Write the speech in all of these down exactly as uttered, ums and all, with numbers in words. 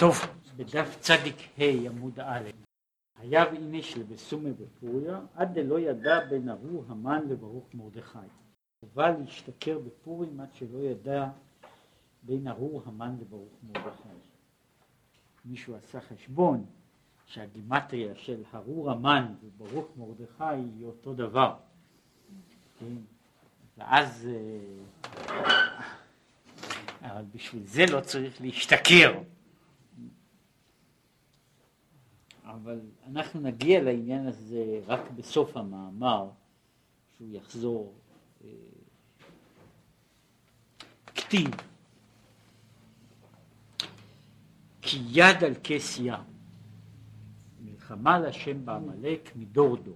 טוב, בדף צדיק ה' עמוד א', היה ואיני שלבסומי בפוריה, עד דלא ידע בין ארור המן לברוך מרדכי. חובה להשתכר בפורים עד שלא ידע בין ארור המן לברוך מרדכי. מישהו עשה חשבון שהגימטריה של ארור המן וברוך מרדכי היא אותו דבר. כן? ואז, אבל בשביל זה לא צריך להשתכר. אבל אנחנו נגיע לעניין הזה רק בסוף המאמר, שהוא יחזור. כתיב, כי יד על כס ים, מלחמה להשם בעמלק מדור דור.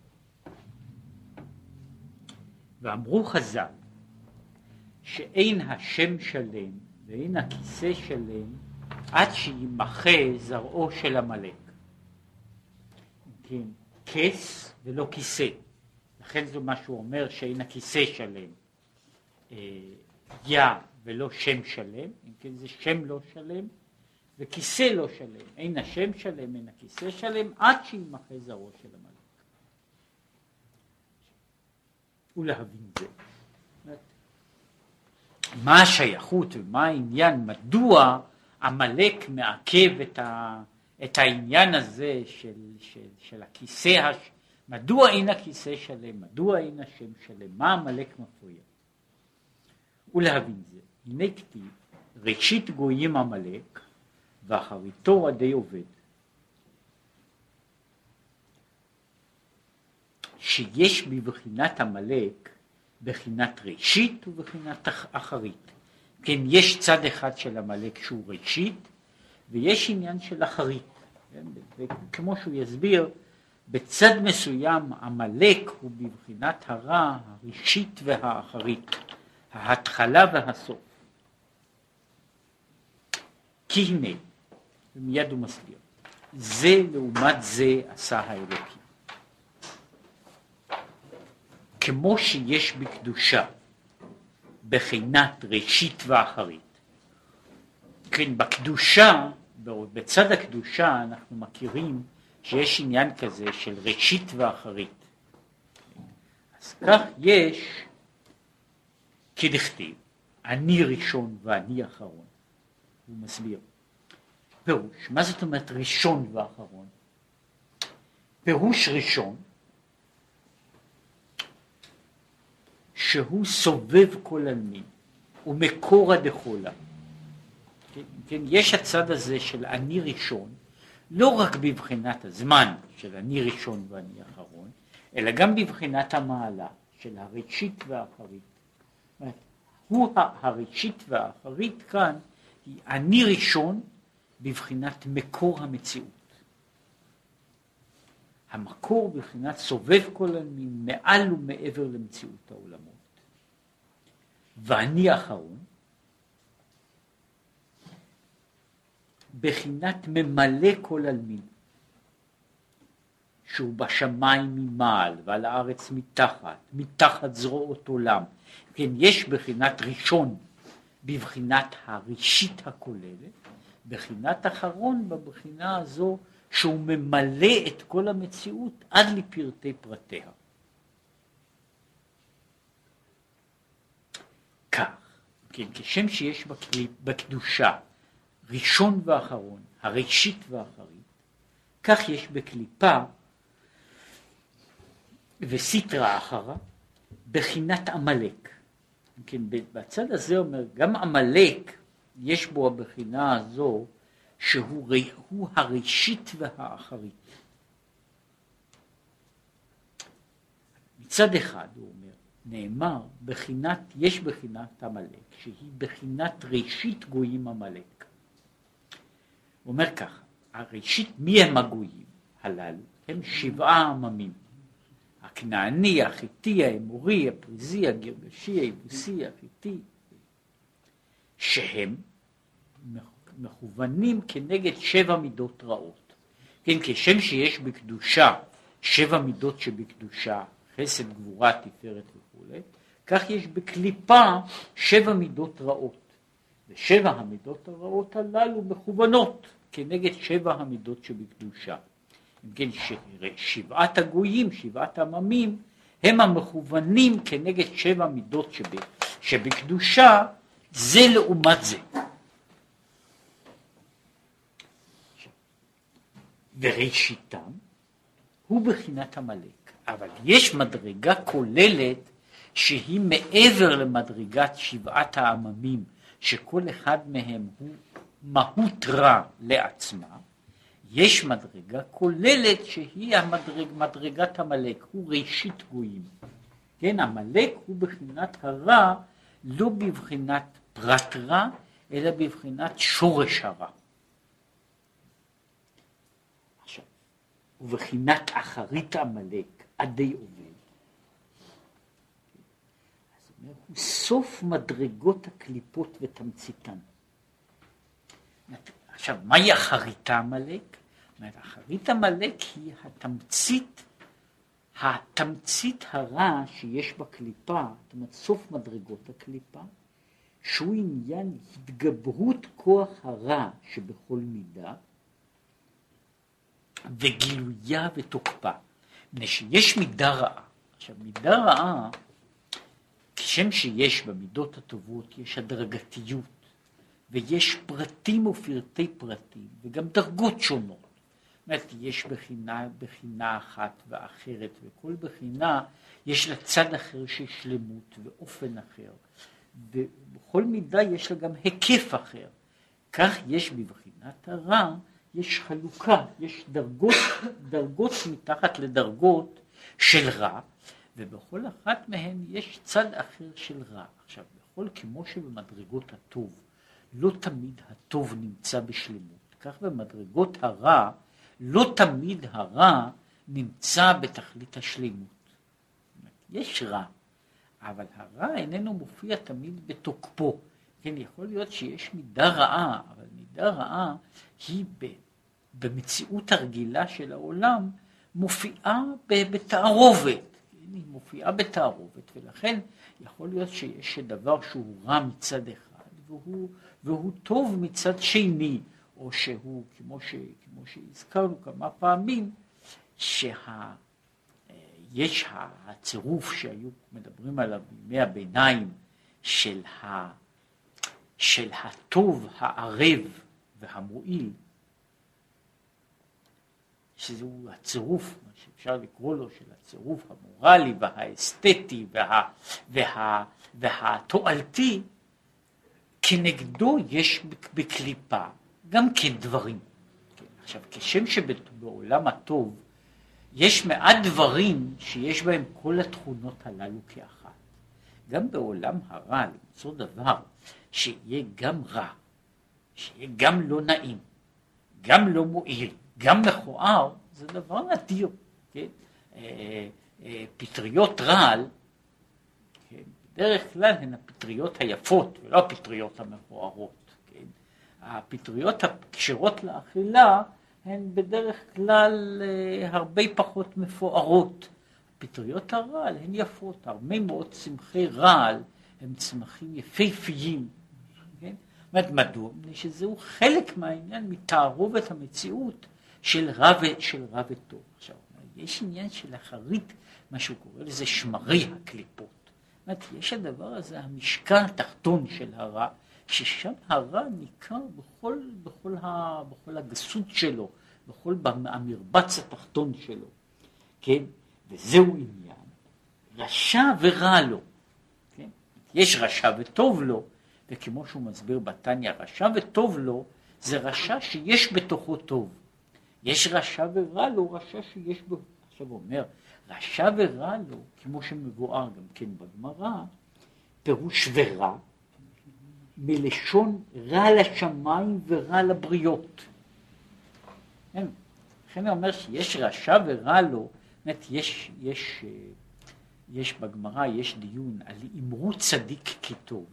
ואמרו חז"ל, שאין השם שלם ואין הכיסא שלם עד שימחה זרעו של עמלק. כן, כס ולא כיסא, לכן זה מה שהוא אומר, שאין הכיסא שלם. יא ולא שם שלם, כן, זה שם לא שלם וכיסא לא שלם, אין השם שלם, אין הכיסא שלם, עד שימחה זרעו של עמלק. ולהבין זה, מה השייכות ומה העניין, מדוע עמלק מעכב את ה... את העניין הזה של, של, של הכיסא, מדוע אין הכיסא שלם, מדוע אין השם שלם, מה עמלק מפריע? ולהבין זה, הנה כתיב, ראשית גויים עמלק, ואחריתו עדי עובד. שיש בבחינת עמלק, בחינת ראשית ובחינת אחרית. כן, יש צד אחד של עמלק שהוא ראשית, ויש עניין של אחרית, כן? וכמו שהוא יסביר, בצד מסוים עמלק הוא בבחינת הרע, הראשית והאחרית, ההתחלה והסוף. כי הנה, ומיד הוא מסביר, זה לעומת זה עשה האלוקים. כמו שיש בקדושה, בחינת ראשית ואחרית, כן, בקדושה, בצד הקדושה אנחנו מכירים שיש עניין כזה של ראשית ואחרית. אז כך יש כדכתיב, אני ראשון ואני אחרון. הוא מסביר. פירוש, מה זאת אומרת ראשון ואחרון? פירוש ראשון, שהוא סובב כל עלמין, הוא מקורא דכולה. כן, יש הצד הזה של אני ראשון, לא רק בבחינת הזמן של אני ראשון ואני אחרון, אלא גם בבחינת המעלה של הראשית והאחרית. הוא הראשית והאחרית כאן, היא אני ראשון בבחינת מקור המציאות. המקור בבחינת סובב כל עלמין, מעל ומעבר למציאות העולמות. ואני אחרון, בחינת ממלא כל עלמין, שהוא בשמיים ממעל ועל הארץ מתחת, מתחת זרועות עולם. כן, יש בחינת ראשון בבחינת הראשית הכוללת, בחינת אחרון בבחינה הזו שהוא ממלא את כל המציאות עד לפרטי פרטיה. כך, כן, כשם שיש בקדושה ראשון ואחרון, הראשית והאחרית, כך יש בקליפה וסיטרא אחרא בחינת עמלק. כן, בצד הזה אומר, גם עמלק יש בו הבחינה הזו שהוא הוא הראשית והאחרית. מצד אחד הוא אומר, נאמר, בחינת, יש בחינת עמלק, שהיא בחינת ראשית גויים עמלק. הוא אומר ככה, הראשית, מי הם הגויים הללו? הם שבעה עממים. הכנעני, החיתי, האמורי, הפריזי, הגרגשי, היבוסי, החיתי, שהם מכוונים כנגד שבע מידות רעות. כן, כשם שיש בקדושה שבע מידות שבקדושה, חסד, גבורה, תפארת וכו', כך יש בקליפה שבע מידות רעות. ושבע המידות הרעות הללו מכוונות כנגד שבע המידות שבקדושה. אם כן, שבעת הגויים, שבעת עממים, הם המכוונים כנגד שבע מידות שבקדושה, זה לעומת זה. וראשיתם הוא בחינת עמלק, אבל יש מדרגה כוללת שהיא מעבר למדרגת שבעת העממים, שכל אחד מהם הוא מהות רע לעצמה. יש מדרגה כוללת שהיא המדרג, מדרגת עמלק, הוא ראשית גויים. כן, עמלק הוא בחינת הרע, לא בבחינת פרט רע, אלא בבחינת שורש הרע. עכשיו, ובחינת אחרית עמלק עדי עובד. אז אומר, הוא סוף מדרגות הקליפות ותמציתן. עכשיו, מהי אחרית עמלק? אחרית עמלק היא התמצית, התמצית הרע שיש בקליפה, זאת אומרת סוף מדרגות הקליפה, שהוא עניין התגברות כוח הרע שבכל מידה, וגילויה ותוקפה. מפני שיש מידה רעה. עכשיו, מידה רעה, כשם שיש במידות הטובות, יש הדרגתיות, ויש פרטים ופרטי פרטים, וגם דרגות שונות. זאת אומרת, יש בחינה, בחינה אחת ואחרת, וכל בחינה יש לה צד אחר של שלמות ואופן אחר. ובכל מידה יש לה גם היקף אחר. כך יש בבחינת הרע, יש חלוקה, יש דרגות, דרגות מתחת לדרגות של רע, ובכל אחת מהן יש צד אחר של רע. עכשיו, בכל כמו שבמדרגות הטוב, לא תמיד הטוב נמצא בשלמות. כך במדרגות הרע, לא תמיד הרע נמצא בתכלית השלמות. יש רע, אבל הרע איננו מופיע תמיד בתוקפו. כן, יכול להיות שיש מידה רעה, אבל מידה רעה היא במציאות הרגילה של העולם מופיעה בתערובת. היא מופיעה בתערובת, ולכן יכול להיות שיש דבר שהוא רע מצד אחד, והוא, והוא טוב מצד שני, או שהוא, כמו, ש, כמו שהזכרנו כמה פעמים, שיש הצירוף שהיו מדברים עליו בימי הביניים, של, ה, של הטוב הערב והמועיל, שזהו הצירוף, מה שאפשר לקרוא לו, של הצירוף המורלי והאסתטי וה, וה, והתועלתי, כנגדו יש בקליפה גם כן דברים. כן, עכשיו, כשם שבעולם הטוב יש מעט דברים שיש בהם כל התכונות הללו כאחת. גם בעולם הרע למצוא דבר שיהיה גם רע, שיהיה גם לא נעים, גם לא מועיל, גם מכוער, זה דבר נדיר. כן? אה, אה, פטריות רעל, כן? בדרך כלל הן הפטריות היפות ולא הפטריות המכוערות. כן? הפטריות הקשרות לאכילה הן בדרך כלל אה, הרבה פחות מפוארות. פטריות הרעל הן יפות, הרבה מאוד צמחי רעל הם צמחים יפהפיים. כן? זאת אומרת, מדוע? שזהו חלק מהעניין, מתערובת המציאות של רע, של רע וטוב. עכשיו, יש עניין של אחרית, מה שהוא קורא לזה שמרי הקליפות. זאת אומרת, יש הדבר הזה, המשקל התחתון של הרע, ששם הרע ניכר בכל, בכל, ה, בכל הגסות שלו, בכל המרבץ התחתון שלו. כן? וזהו עניין, רשע ורע לו. כן? יש רשע וטוב לו, וכמו שהוא מסביר בתניא, רשע וטוב לו, זה רשע שיש בתוכו טוב. יש רשע ורע לו, רשע שיש בו. עכשיו הוא אומר, רשע ורע לו, כמו שמבואר גם כן בגמרא, פירוש ורע, מלשון רע לשמיים ורע לבריות. כן? לכן הוא אומר שיש רשע ורע לו, באמת יש, יש, יש בגמרא, יש דיון על אמרו צדיק כטוב.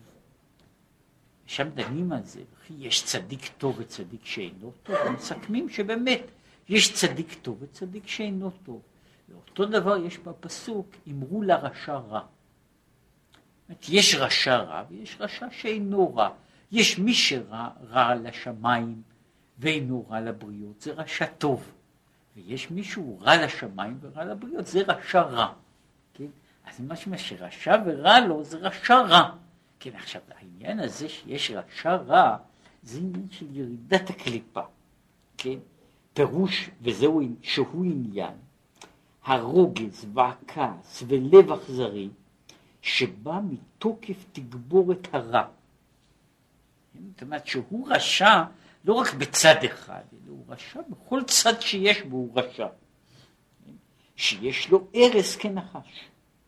שם דנים על זה, וכי יש צדיק טוב וצדיק שאינו טוב, ומסכמים שבאמת יש צדיק טוב וצדיק שאינו טוב. ואותו דבר יש בפסוק, אמרו לרשע רע. יש רשע רע ויש רשע שאינו רע. יש מי שרע רע לשמיים ואינו רע לבריות, זה רשע טוב. ויש מישהו רע לשמיים ורע לבריות, זה רשע רע. כן? אז מה שרשע ורע לו זה רשע רע. כן, עכשיו העניין הזה שיש רשע רע, זה עניין של ירידת הקליפה. כן? פירוש, וזהו שהוא עניין, הרוגז והכעס ולב אכזרי, שבא מתוקף תגבורת הרע. זאת אומרת שהוא רשע לא רק בצד אחד, אלא הוא רשע בכל צד שיש בו הוא רשע. שיש לו ארס כנחש.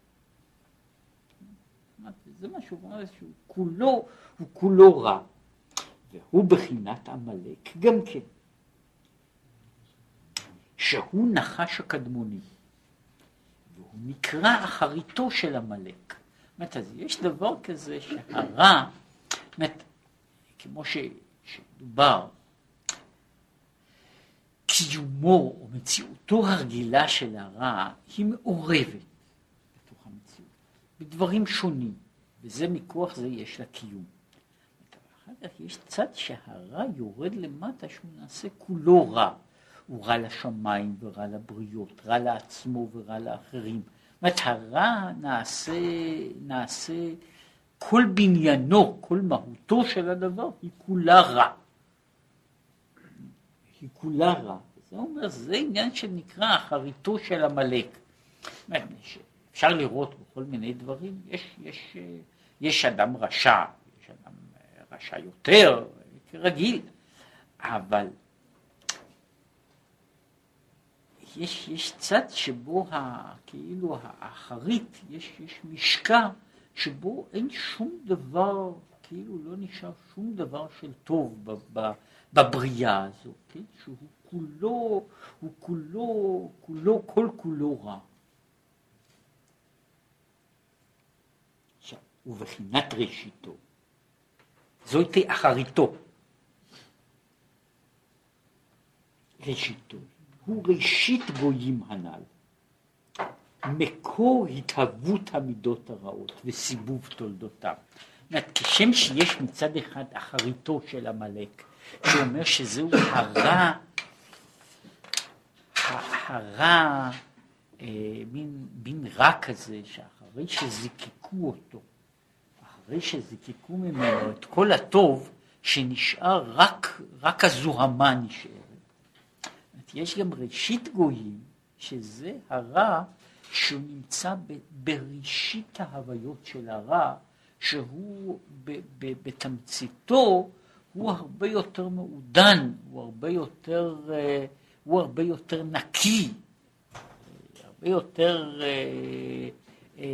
זה משהו, שהוא כולו, הוא כולו רע. והוא בחינת עמלק גם כן. שהוא נחש הקדמוני. והוא נקרא אחריתו של עמלק. זאת אומרת, יש דבר כזה שהרע, זאת אומרת, כמו ש, שדובר, קיומו או מציאותו הרגילה של הרע היא מעורבת בתוך המציאות, בדברים שונים, וזה מכוח זה יש לה קיום. אחר כך יש צד שהרע יורד למטה שהוא נעשה כולו רע. הוא רע לשמיים ורע לבריות, רע לעצמו ורע לאחרים. זאת אומרת, הרע נעשה, נעשה כל בניינו, כל מהותו של הדבר, היא כולה רע. היא כולה רע. זה אומר, זה עניין שנקרא אחריתו של עמלק. אפשר לראות בכל מיני דברים, יש, יש, יש אדם רשע, יש אדם רשע יותר, כרגיל, אבל יש, יש צד שבו ה, כאילו האחרית, יש, יש משקע שבו אין שום דבר, כאילו לא נשאר שום דבר של טוב ב, ב, בבריאה הזו, כן? שהוא כולו, הוא כולו, כולו, כל כולו רע. עכשיו, ובחינת ראשיתו, זו תהיה אחריתו. ראשיתו, הוא ראשית גויים הנ"ל. מקור התהוות המידות הרעות וסיבוב תולדותיו. כשם שיש מצד אחד אחריתו של עמלק, שאומר שזהו הרע, הרע, אה, מין, מין רע כזה, שאחרי שזיקקו אותו, אחרי שזיקקו ממנו את כל הטוב, שנשאר רק, רק הזוהמה נשארת. יש גם ראשית גויים, שזה הרע, שהוא נמצא ב, בראשית ההוויות של הרע, שהוא ב, ב, בתמציתו, הוא הרבה יותר מעודן, הוא הרבה יותר, הוא הרבה יותר נקי, הרבה יותר אה, אה,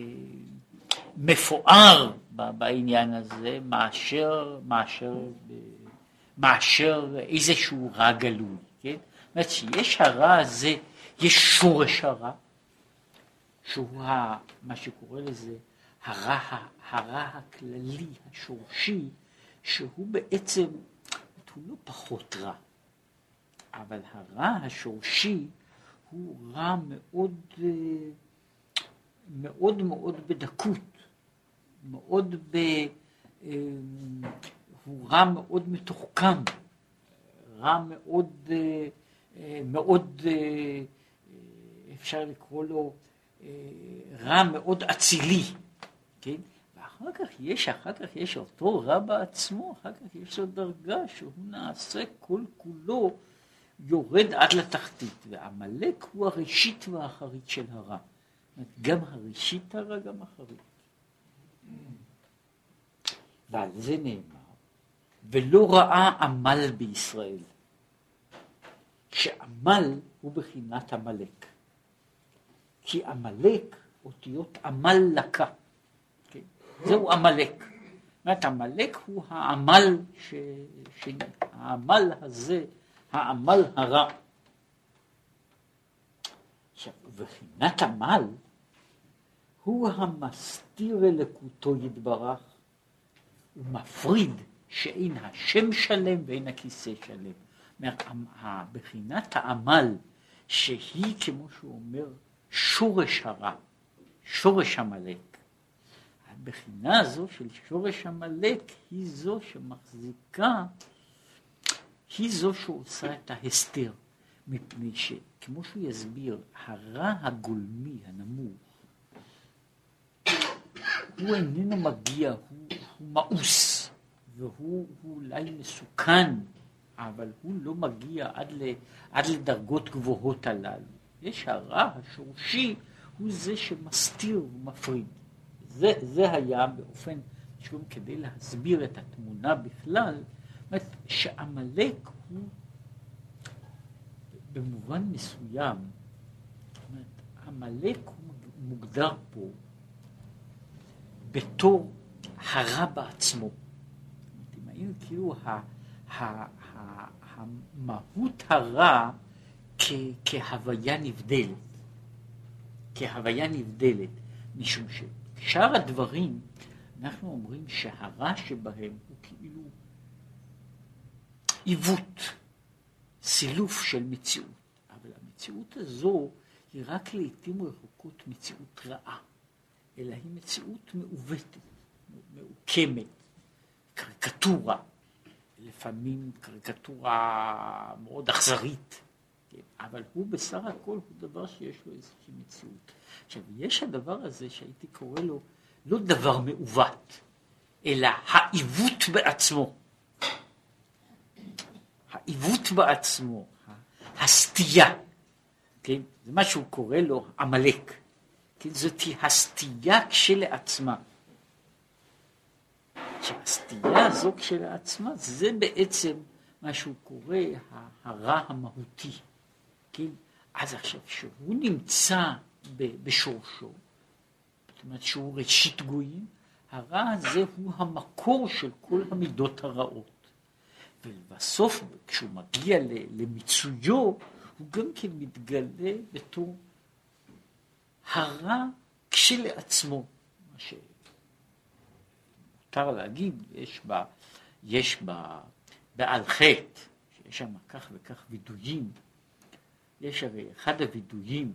מפואר בעניין הזה, מאשר, מאשר, מאשר איזשהו רע גלוי. כן? זאת אומרת שיש הרע הזה, יש שורש הרע, שהוא ה, מה שקורא לזה הרע, הרע הכללי, השורשי, שהוא בעצם, הוא לא פחות רע, אבל הרע השורשי הוא רע מאוד, מאוד מאוד בדקות, מאוד ב, הוא רע מאוד מתוחכם, רע מאוד, מאוד, אפשר לקרוא לו, רע מאוד אצילי, כן? ואחר כך יש, אחר כך יש אותו רע בעצמו, אחר כך יש לו דרגה שהוא נעשה כל כולו, יורד עד לתחתית, ועמלק הוא הראשית והאחרית של הרע. גם הראשית הרע, גם אחרית. ועל זה נאמר, ולא ראה עמל בישראל, שעמל הוא בחינת עמלק. כי עמלק, אותיות עמל לקה. כן? זהו עמלק. זאת אומרת, עמלק הוא העמל, ש... ש... העמל הזה, העמל הרע. עכשיו, ובחינת עמל, הוא המסתיר אלוקותו יתברך, ומפריד שאין השם שלם ואין הכיסא שלם. זאת אומרת, בחינת העמל, שהיא, כמו שהוא אומר, שורש הרע, שורש עמלק. הבחינה הזו של שורש עמלק היא זו שמחזיקה, היא זו שעושה את ההסתר, מפני שכמו שהוא יסביר, הרע הגולמי הנמוך, הוא איננו מגיע, הוא, הוא מאוס, והוא אולי מסוכן, אבל הוא לא מגיע עד, ל, עד לדרגות גבוהות הללו. יש הרע השורשי, הוא זה שמסתיר ומפריד. זה, זה היה באופן, שום כדי להסביר את התמונה בכלל, אומרת, שעמלק הוא במובן מסוים, אומרת, עמלק הוא מוגדר פה בתור הרע בעצמו. אם היינו כאילו ה, ה, ה, המהות הרע כ, כהוויה נבדלת, כהוויה נבדלת, משום ששאר הדברים אנחנו אומרים שהרע שבהם הוא כאילו עיוות, סילוף של מציאות, אבל המציאות הזו היא רק לעתים רחוקות מציאות רעה, אלא היא מציאות מעוותת, מעוקמת, קריקטורה, לפעמים קריקטורה מאוד אכזרית, אבל הוא בסך הכל הוא דבר שיש לו איזושהי מציאות. עכשיו, יש הדבר הזה שהייתי קורא לו לא דבר מעוות, אלא העיוות בעצמו. העיוות בעצמו, הסטייה, כן? זה מה שהוא קורא לו עמלק. כן? זאת היא הסטייה כשלעצמה. שהסטייה הזו כשלעצמה, זה בעצם מה שהוא קורא הרע המהותי. כן? אז עכשיו, שהוא נמצא בשורשו, זאת אומרת שהוא ראשית גויים, הרע הזה הוא המקור של כל המידות הרעות. ובסוף, כשהוא מגיע למיצויו, הוא גם כן מתגלה בתור הרע כשלעצמו. מה שמותר להגיד, יש בה, יש בה, בעל חטא, שיש שם כך וכך וידויים, יש הרי אחד הוידויים,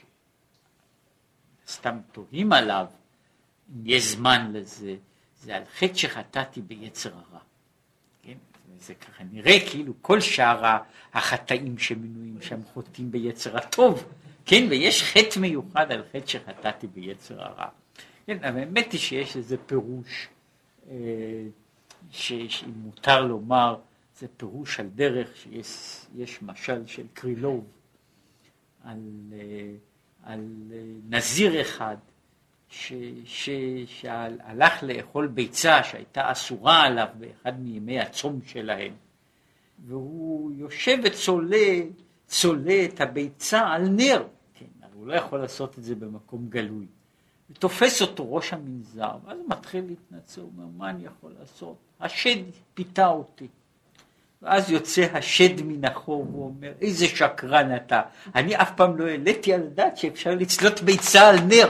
סתם תוהים עליו, אם יש זמן לזה, זה על חטא שחטאתי ביצר הרע. כן? זה ככה נראה כאילו כל שאר החטאים שמנויים שם חוטאים ביצר הטוב, כן? ויש חטא מיוחד על חטא שחטאתי ביצר הרע. כן? אבל האמת היא שיש איזה פירוש, אה, שאם מותר לומר, זה פירוש על דרך שיש יש משל של קרילוב, על, על נזיר אחד, ש, ש, שהלך לאכול ביצה שהייתה אסורה עליו באחד מימי הצום שלהם, והוא יושב וצולה, צולה את הביצה על נר, כן, אבל הוא לא יכול לעשות את זה במקום גלוי, ותופס אותו ראש המנזר, ואז הוא מתחיל להתנצל, הוא אומר, מה אני יכול לעשות? השד פיתה אותי. ואז יוצא השד מן החור, והוא אומר, איזה שקרן אתה, אני אף פעם לא העליתי על דעת שאפשר לצלות ביצה על נר.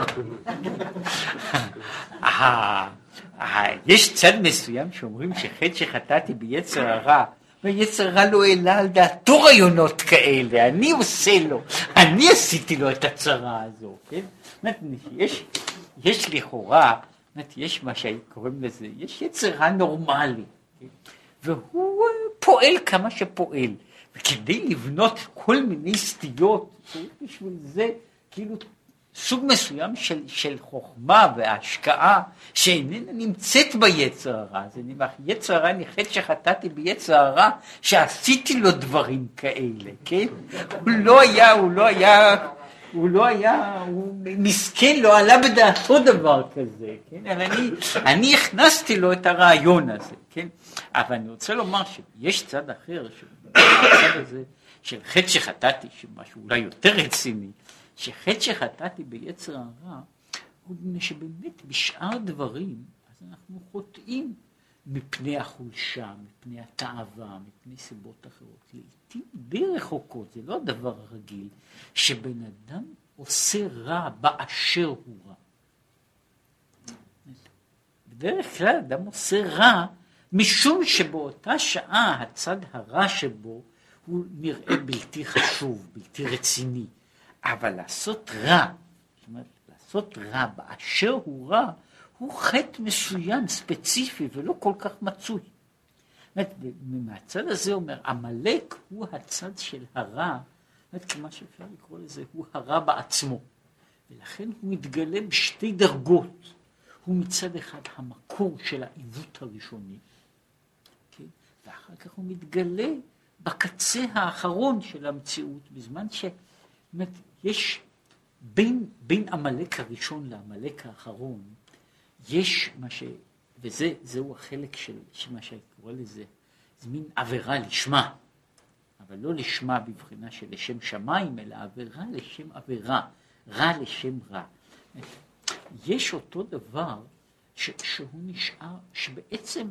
יש צד מסוים שאומרים שחטא שחטאתי ביצר הרע, ויצר הרע לא העלה על דעתו רעיונות כאלה, אני עושה לו, אני עשיתי לו את הצרה הזו, כן? יש, יש לכאורה, יש מה שקוראים לזה, יש יצר רע נורמלי, כן? והוא פועל כמה שפועל, וכדי לבנות כל מיני סטיות, צריך בשביל זה כאילו סוג מסוים של, של חוכמה והשקעה שאיננה נמצאת ביצר הרע. זה נמח, יצר הרע נחת שחטאתי ביצר הרע שעשיתי לו דברים כאלה, כן? הוא לא היה, הוא לא היה, הוא לא היה, הוא מסכן, לא עלה בדעתו דבר כזה, כן? אבל אני, אני הכנסתי לו את הרעיון הזה, כן? אבל אני רוצה לומר שיש צד אחר, הצד הזה של חטא שחטאתי, שמשהו אולי יותר רציני, שחטא שחטאתי ביצר הרע, הוא שבאמת בשאר דברים, אז אנחנו חוטאים מפני החולשה, מפני התאווה, מפני סיבות אחרות. לעתים די רחוקות, זה לא הדבר הרגיל, שבן אדם עושה רע באשר הוא רע. בדרך כלל אדם עושה רע, משום שבאותה שעה הצד הרע שבו הוא נראה בלתי חשוב, בלתי רציני. אבל לעשות רע, זאת אומרת, לעשות רע באשר הוא רע, הוא חטא מסוים, ספציפי, ולא כל כך מצוי. מהצד הזה אומר, עמלק הוא הצד של הרע, כמה שאפשר לקרוא לזה, הוא הרע בעצמו. ולכן הוא מתגלה בשתי דרגות. הוא מצד אחד המקור של העיוות הראשוני, כן? ואחר כך הוא מתגלה בקצה האחרון של המציאות, בזמן שיש בין, בין עמלק הראשון לעמלק האחרון, יש מה ש... וזה, זהו החלק של, של מה שקורא לזה, זה מין עבירה לשמה, אבל לא לשמה בבחינה של לשם שמיים, אלא עבירה לשם עבירה, רע לשם רע. יש אותו דבר ש, שהוא נשאר, שבעצם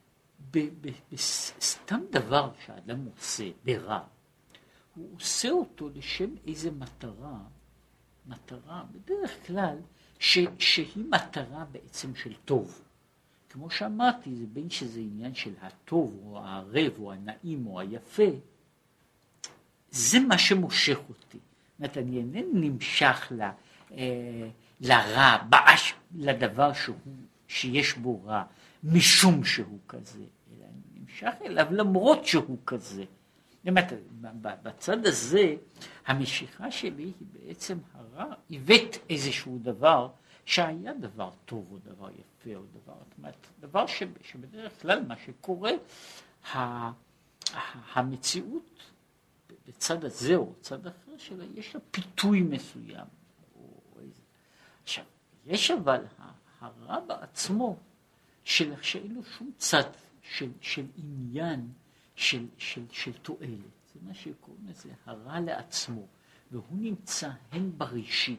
בסתם דבר שהאדם עושה ברע, הוא עושה אותו לשם איזה מטרה, מטרה בדרך כלל, ש, שהיא מטרה בעצם של טוב. כמו שאמרתי, זה בין שזה עניין של הטוב, או הערב, או הנעים, או היפה, זה מה שמושך אותי. זאת אומרת, אני אינני נמשך ל, אה, לרע, באש, לדבר שהוא, שיש בו רע, משום שהוא כזה, אלא אני נמשך אליו למרות שהוא כזה. זאת אומרת, בצד הזה, המשיכה שלי היא בעצם הרע, הבאת איזשהו דבר, שהיה דבר טוב או דבר יפה או דבר, זאת אומרת, דבר ש, שבדרך כלל מה שקורה, ה, ה, המציאות בצד הזה או בצד אחר שלה, יש לה פיתוי מסוים. או איזה. עכשיו, יש אבל הרע בעצמו, של, שאין לו שום צד של, של עניין, של, של, של תועלת. זה מה שקוראים לזה, הרע לעצמו, והוא נמצא הן בראשית,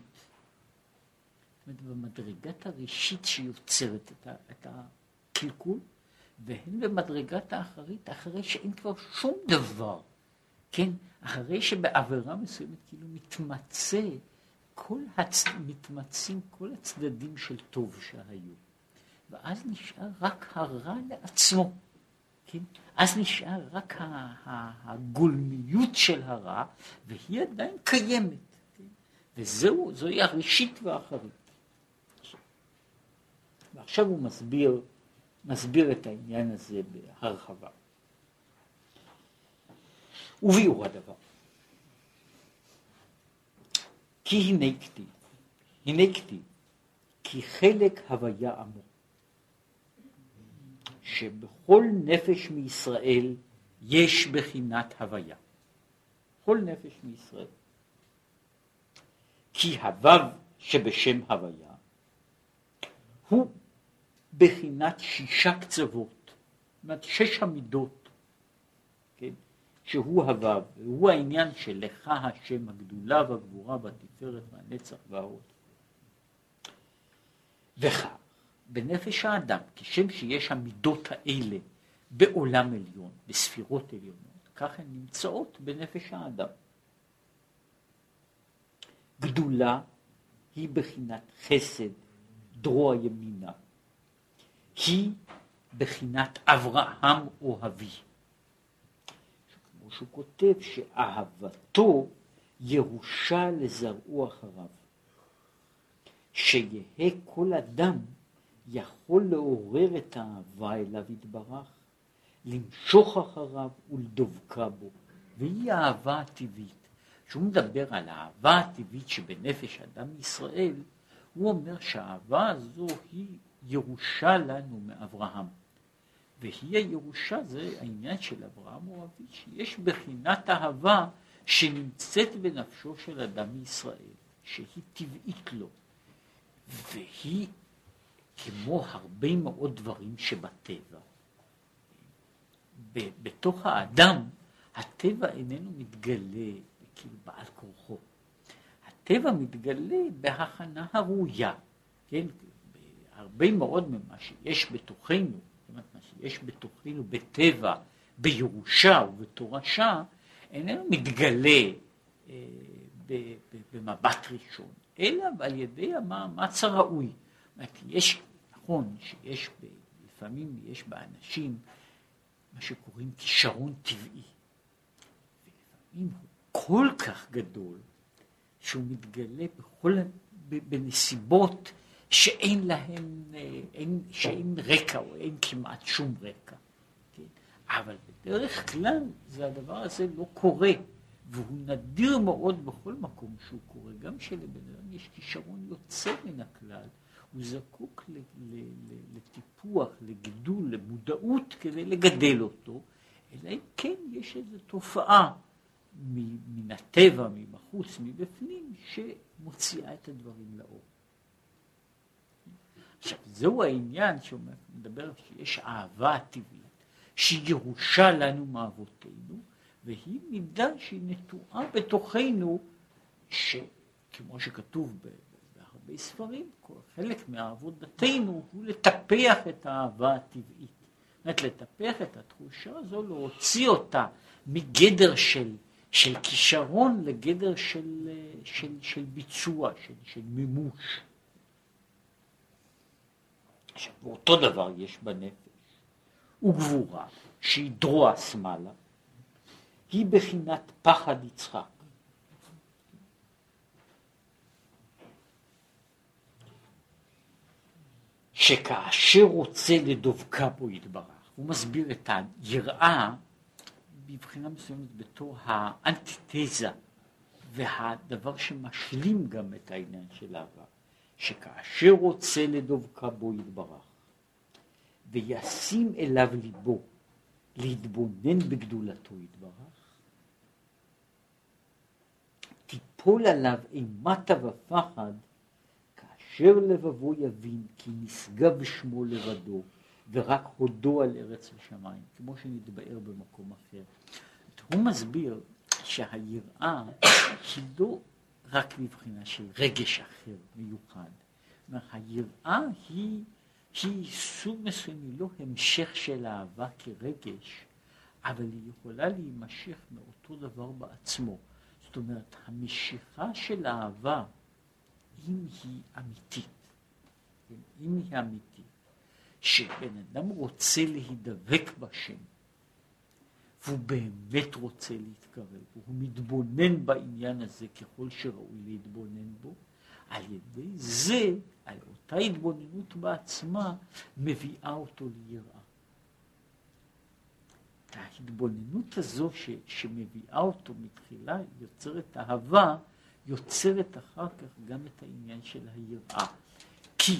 במדרגת הראשית שיוצרת את, ה, את הקלקול, והן במדרגת האחרית, אחרי שאין כבר שום דבר, כן? אחרי שבעבירה מסוימת כאילו מתמצא, כל הצ... מתמצאים כל הצדדים של טוב שהיו. ואז נשאר רק הרע לעצמו, כן? אז נשאר רק הגולמיות של הרע, והיא עדיין קיימת, כן? וזהו, זוהי הראשית והאחרית. ועכשיו הוא מסביר, מסביר את העניין הזה בהרחבה. וביאור הדבר. כי הנה כתיב, הנה כתיב, כי חלק הוויה עמו, שבכל נפש מישראל יש בחינת הוויה. כל נפש מישראל. כי הוו שבשם הוויה, הוא בחינת שישה קצוות, זאת אומרת שש המידות, כן? שהוא הוו, והוא העניין של לך השם הגדולה והגבורה והתפארת והנצח וההוד. וכך, בנפש האדם, כשם שיש המידות האלה בעולם עליון, בספירות עליונות, כך הן נמצאות בנפש האדם. גדולה היא בחינת חסד, דרוע ימינה, היא בחינת אברהם אוהבי. כמו שהוא כותב שאהבתו ירושה לזרעו אחריו. שיהא כל אדם יכול לעורר את האהבה אליו יתברך, למשוך אחריו ולדבקה בו. והיא האהבה הטבעית. כשהוא מדבר על האהבה הטבעית שבנפש אדם ישראל, הוא אומר שהאהבה הזו היא ירושה לנו מאברהם. והיא הירושה, זה העניין של אברהם אוהבי, שיש בחינת אהבה שנמצאת בנפשו של אדם ישראל, שהיא טבעית לו. והיא כמו הרבה מאוד דברים שבטבע. בתוך האדם, הטבע איננו מתגלה כאילו בעל כורחו. הטבע מתגלה בהכנה הראויה, כן? הרבה מאוד ממה שיש בתוכנו, זאת אומרת, מה שיש בתוכנו בטבע, בירושה ובתורשה, איננו מתגלה אה, במבט ראשון, אלא על ידי המאמץ הראוי. זאת אומרת, יש, נכון, שיש ב, לפעמים יש באנשים מה שקוראים כישרון טבעי, ולפעמים הוא כל כך גדול, שהוא מתגלה בכל, בנסיבות שאין להם, אין, שאין רקע או אין כמעט שום רקע. כן? אבל בדרך כלל זה הדבר הזה לא קורה, והוא נדיר מאוד בכל מקום שהוא קורה. גם שלבן אדם יש כישרון יוצא מן הכלל, הוא זקוק ל, ל, ל, לטיפוח, לגידול, למודעות כדי לגדל אותו, אלא אם כן יש איזו תופעה מן הטבע, מבחוץ, מבפנים, שמוציאה את הדברים לאור. עכשיו, זהו העניין שמדבר שיש אהבה טבעית, שהיא ירושה לנו מאבותינו, והיא מידה שהיא נטועה בתוכנו, שכמו שכתוב בהרבה ספרים, חלק מעבודתנו הוא לטפח את האהבה הטבעית. זאת אומרת, לטפח את התחושה הזו, להוציא אותה מגדר של, של כישרון לגדר של, של, של ביצוע, של, של מימוש. עכשיו, אותו דבר יש בנפש, וגבורה שהיא דרוע שמאלה, היא בחינת פחד יצחק. שכאשר רוצה לדבקה בו יתברך, הוא מסביר את היראה בבחינה מסוימת בתור האנטיתזה, והדבר שמשלים גם את העניין של אהבה, שכאשר רוצה לדבקה בו יתברך, וישים אליו ליבו להתבונן בגדולתו יתברך, תיפול עליו אימתה ופחד, כאשר לבבו יבין כי נשגב שמו לבדו, ורק הודו על ארץ השמיים, כמו שנתבאר במקום אחר. הוא מסביר שהיראה היא לא רק מבחינה של רגש אחר מיוחד. היראה היא, היא סוג מסוים, היא לא המשך של אהבה כרגש, אבל היא יכולה להימשך מאותו דבר בעצמו. זאת אומרת, המשיכה של אהבה, אם היא אמיתית, אם היא אמיתית, שבן אדם רוצה להידבק בשם, והוא באמת רוצה להתקרב, והוא מתבונן בעניין הזה ככל שראוי להתבונן בו, על ידי זה, על אותה התבוננות בעצמה, מביאה אותו ליראה. ההתבוננות הזו ש, שמביאה אותו מתחילה, יוצרת אהבה, יוצרת אחר כך גם את העניין של היראה. כי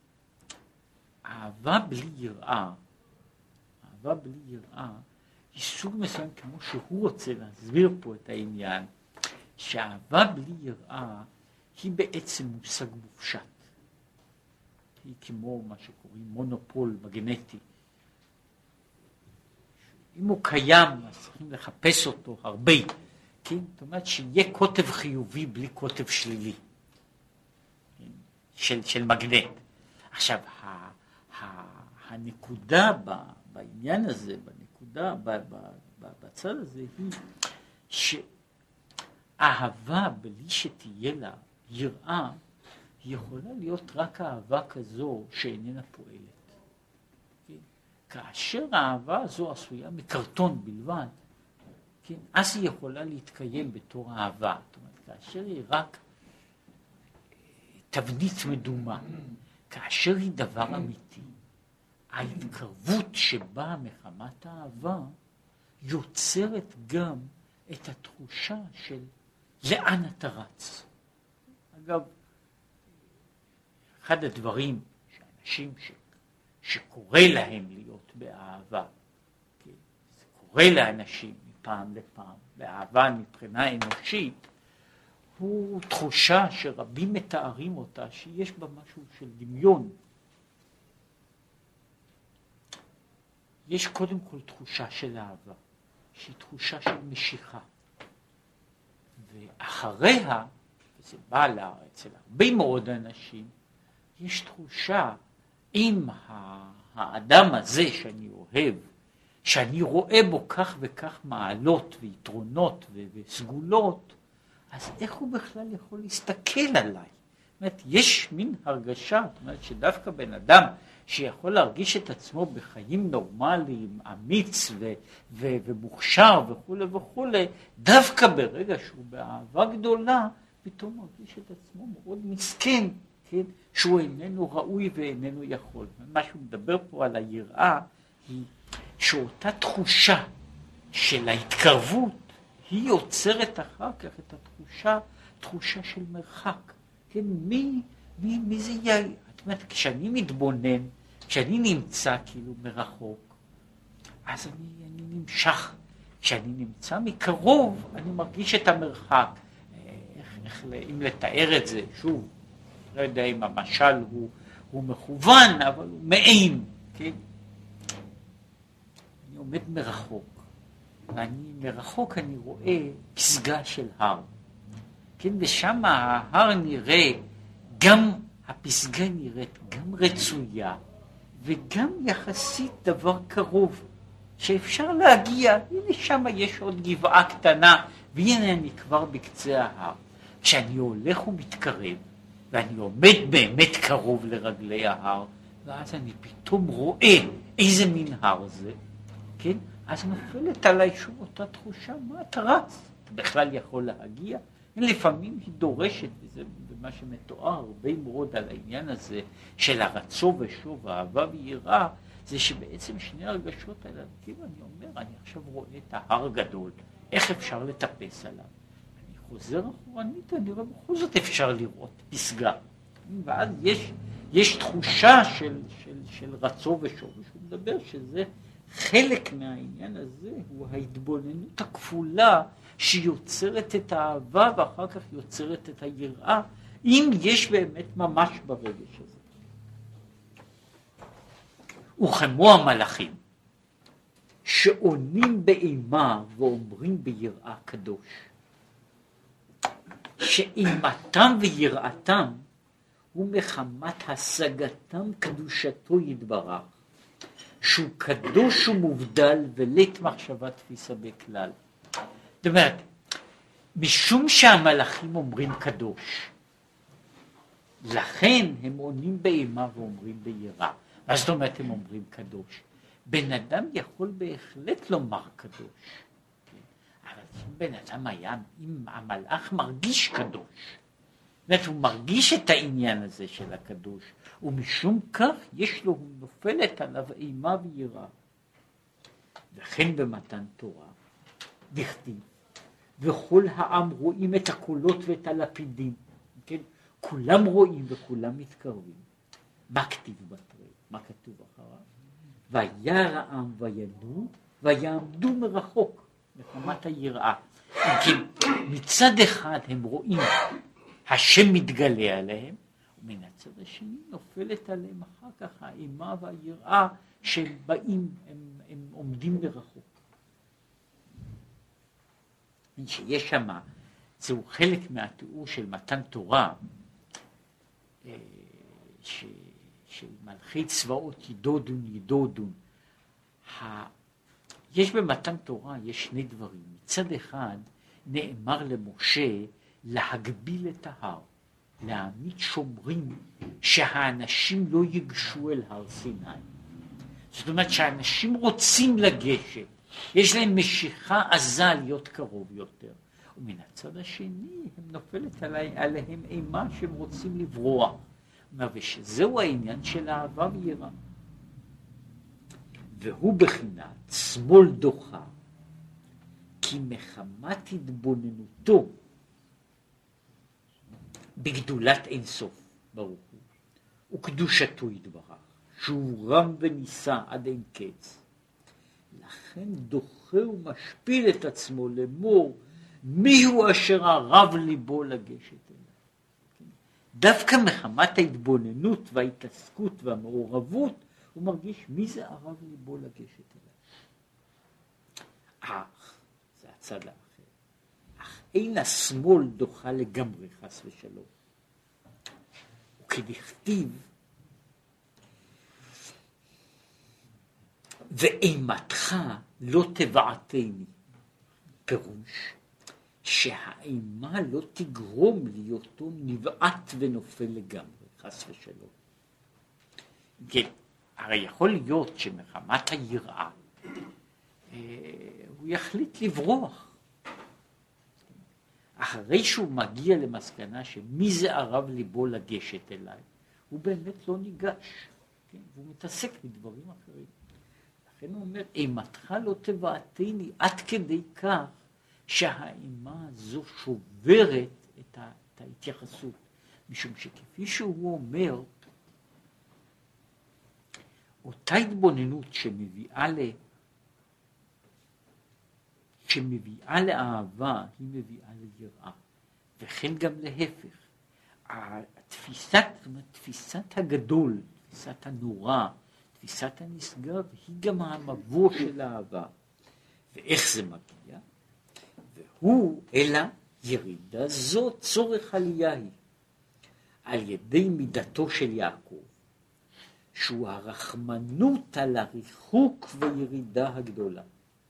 אהבה בלי יראה, אהבה בלי יראה, היא סוג מסוים כמו שהוא רוצה להסביר פה את העניין, שאהבה בלי יראה היא בעצם מושג מופשט. היא כמו מה שקוראים מונופול מגנטי. אם הוא קיים, אז צריכים לחפש אותו הרבה. כן? זאת אומרת שיהיה כותב חיובי בלי כותב שלילי. כן? של, של מגנט. עכשיו, ה, ה, הנקודה ב, בעניין הזה, בנקודה, ב, ב, ב, בצד הזה, היא שאהבה בלי שתהיה לה יראה, היא יכולה להיות רק אהבה כזו שאיננה פועלת. כן? כאשר האהבה הזו עשויה מקרטון בלבד, כן? אז היא יכולה להתקיים בתור אהבה. זאת אומרת, כאשר היא רק תבנית מדומה, כאשר היא דבר אמיתי, ההתקרבות שבאה מחמת האהבה יוצרת גם את התחושה של לאן אתה רץ. אגב, אחד הדברים שאנשים ש... שקורא להם להיות באהבה, כן? זה קורא לאנשים מפעם לפעם, באהבה מבחינה אנושית, הוא תחושה שרבים מתארים אותה, שיש בה משהו של דמיון. יש קודם כל תחושה של אהבה, שהיא תחושה של משיכה. ואחריה, וזה בא לה אצל הרבה מאוד אנשים, יש תחושה אם האדם הזה שאני אוהב, שאני רואה בו כך וכך מעלות ויתרונות וסגולות, אז איך הוא בכלל יכול להסתכל עליי? זאת אומרת, יש מין הרגשה, זאת אומרת שדווקא בן אדם שיכול להרגיש את עצמו בחיים נורמליים, אמיץ ו- ו- ומוכשר וכו' וכו', דווקא ברגע שהוא באהבה גדולה, פתאום מרגיש את עצמו מאוד מסכן, כן, שהוא איננו ראוי ואיננו יכול. מה שהוא מדבר פה על היראה, היא שאותה תחושה של ההתקרבות, היא יוצרת אחר כך את התחושה, תחושה של מרחק. כן, מי, מי, מי זה יהיה? זאת אומרת, כשאני מתבונן, כשאני נמצא כאילו מרחוק, אז אני, אני נמשך. כשאני נמצא מקרוב, אני מרגיש את המרחק. איך, איך, אם לתאר את זה, שוב, לא יודע אם המשל הוא, הוא מכוון, אבל הוא מעין, כן? אני עומד מרחוק, ואני מרחוק אני רואה פסגה של הר, כן? ושם ההר נראה, גם הפסגה נראית גם רצויה, וגם יחסית דבר קרוב, שאפשר להגיע. הנה שם יש עוד גבעה קטנה, והנה אני כבר בקצה ההר. כשאני הולך ומתקרב, ואני עומד באמת קרוב לרגלי ההר, ואז אני פתאום רואה איזה מין הר זה, כן? אז נופלת עליי שוב אותה תחושה, מה אתה רץ? אתה בכלל יכול להגיע? לפעמים היא דורשת, וזה במה שמתואר הרבה מאוד על העניין הזה, של הרצו ושוב, האהבה ויראה, זה שבעצם שני הרגשות האלה, כאילו אני אומר, אני עכשיו רואה את ההר גדול, איך אפשר לטפס עליו? אני חוזר אחורנית, אני רואה, בכל זאת אפשר לראות פסגה. ואז יש, יש תחושה של, של, של רצו ושוב, ושהוא מדבר שזה חלק מהעניין הזה, הוא ההתבוננות הכפולה, שיוצרת את האהבה ואחר כך יוצרת את היראה, אם יש באמת ממש ברגש הזה. וכמו המלאכים שעונים באימה ואומרים ביראה קדוש, שאימתם ויראתם הוא מחמת השגתם קדושתו יתברך, שהוא קדוש ומובדל ולית מחשבה תפיסה בכלל. זאת אומרת, משום שהמלאכים אומרים קדוש, לכן הם עונים באימה ואומרים ביראה. מה זאת אומרת הם אומרים קדוש? בן אדם יכול בהחלט לומר קדוש, אבל אם בן אדם היה, אם המלאך מרגיש קדוש, זאת אומרת, הוא מרגיש את העניין הזה של הקדוש, ומשום כך יש לו, נופלת עליו אימה ויראה. וכן במתן תורה דכתיב, וכל העם רואים את הקולות ואת הלפידים, כן? כולם רואים וכולם מתקרבים. מה כתיב בתורה? מה כתוב אחריו? וירא העם וידעו ויעמדו מרחוק, מחמת היראה. כן, מצד אחד הם רואים השם מתגלה עליהם, ומן הצד השני נופלת עליהם אחר כך האימה והיראה שהם באים, הם, הם עומדים מרחוק. שיש שם, זהו חלק מהתיאור של מתן תורה, ש, של מלכי צבאות ידודון ידודון. ה, יש במתן תורה, יש שני דברים. מצד אחד נאמר למשה להגביל את ההר, להעמיד שומרים שהאנשים לא ייגשו אל הר סיני. זאת אומרת שהאנשים רוצים לגשת, יש להם משיכה עזה להיות קרוב יותר. ומן הצד השני הם נופלת עלי, עליהם אימה שהם רוצים לברוח. ושזהו העניין של אהבה ויראה. והוא בחינת שמאל דוחה, כי מחמת התבוננותו בגדולת אין סוף ברוך הוא, וקדושתו יתברך, שהוא רם ונישא עד אין קץ. לכן דוחה ומשפיל את עצמו לאמור, מי הוא אשר הרב ליבו לגשת אליו. דווקא מחמת ההתבוננות וההתעסקות והמעורבות, הוא מרגיש מי זה הרב ליבו לגשת אליו. אך, זה הצד האחר. אך אין השמאל דוחה לגמרי חס ושלום. וכדכתיב, ואימתך לא תבעתני, פירוש שהאימה לא תגרום להיותו נבעט ונופל לגמרי, חס ושלום. כן, הרי יכול להיות שמחמת היראה הוא יחליט לברוח, אך אחרי שהוא מגיע למסקנה שמי זה ערב ליבו לגשת אליי, הוא באמת לא ניגש, כן? והוא מתעסק בדברים אחרים. לכן הוא אומר, אימתך לא תבעתני, עד כדי כך שהאימה הזו שוברת את, ה, את ההתייחסות, משום שכפי שהוא אומר, אותה התבוננות שמביאה ל... שמביאה לאהבה, היא מביאה ליראה, וכן גם להפך. התפיסת, תפיסת הגדול, תפיסת הנורא, תפיסת הנשגב, היא גם המבוא של האהבה. ואיך זה מגיע? והוא, אלא ירידה זו צורך עלייה היא, על ידי מידתו של יעקב, שהוא הרחמנות על הריחוק וירידה הגדולה.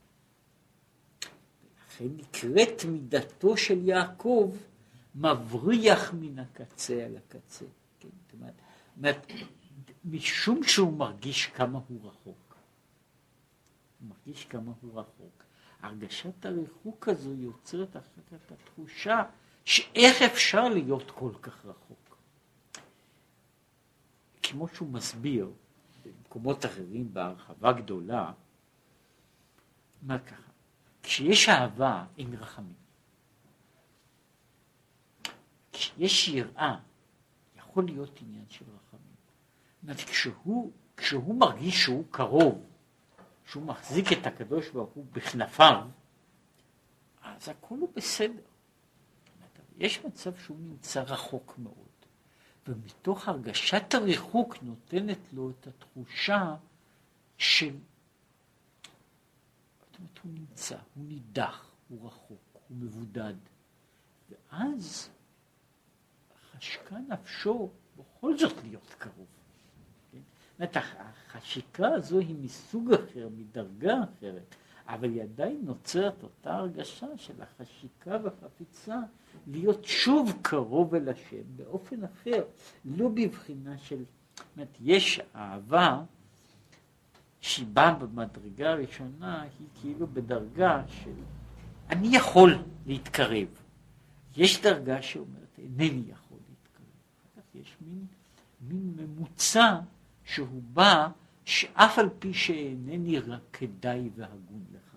ולכן נקראת מידתו של יעקב מבריח מן הקצה על הקצה. כן? זאת אומרת, אומרת, משום שהוא מרגיש כמה הוא רחוק. הוא מרגיש כמה הוא רחוק. הרגשת הריחוק הזו יוצרת אחר כך את התחושה שאיך אפשר להיות כל כך רחוק. כמו שהוא מסביר במקומות אחרים בהרחבה גדולה, מה ככה? כשיש אהבה אין רחמים. כשיש יראה יכול להיות עניין של רחמים. זאת אומרת, כשהוא, כשהוא מרגיש שהוא קרוב, שהוא מחזיק את הקדוש ברוך הוא בכנפיו, אז הכל הוא בסדר. יש מצב שהוא נמצא רחוק מאוד, ומתוך הרגשת הריחוק נותנת לו את התחושה של, זאת אומרת, הוא נמצא, הוא נידח, הוא רחוק, הוא מבודד, ואז חשקה נפשו בכל זאת להיות קרוב. זאת אומרת, החשיקה הזו היא מסוג אחר, מדרגה אחרת, אבל היא עדיין נוצרת אותה הרגשה של החשיקה והחפיצה להיות שוב קרוב אל השם באופן אחר, לא בבחינה של, זאת אומרת, יש אהבה שהיא באה במדרגה הראשונה, היא כאילו בדרגה של אני יכול להתקרב. יש דרגה שאומרת אינני יכול להתקרב. אחר כך יש מין, מין ממוצע שהוא בא שאף על פי שאינני רק כדאי והגון לכך.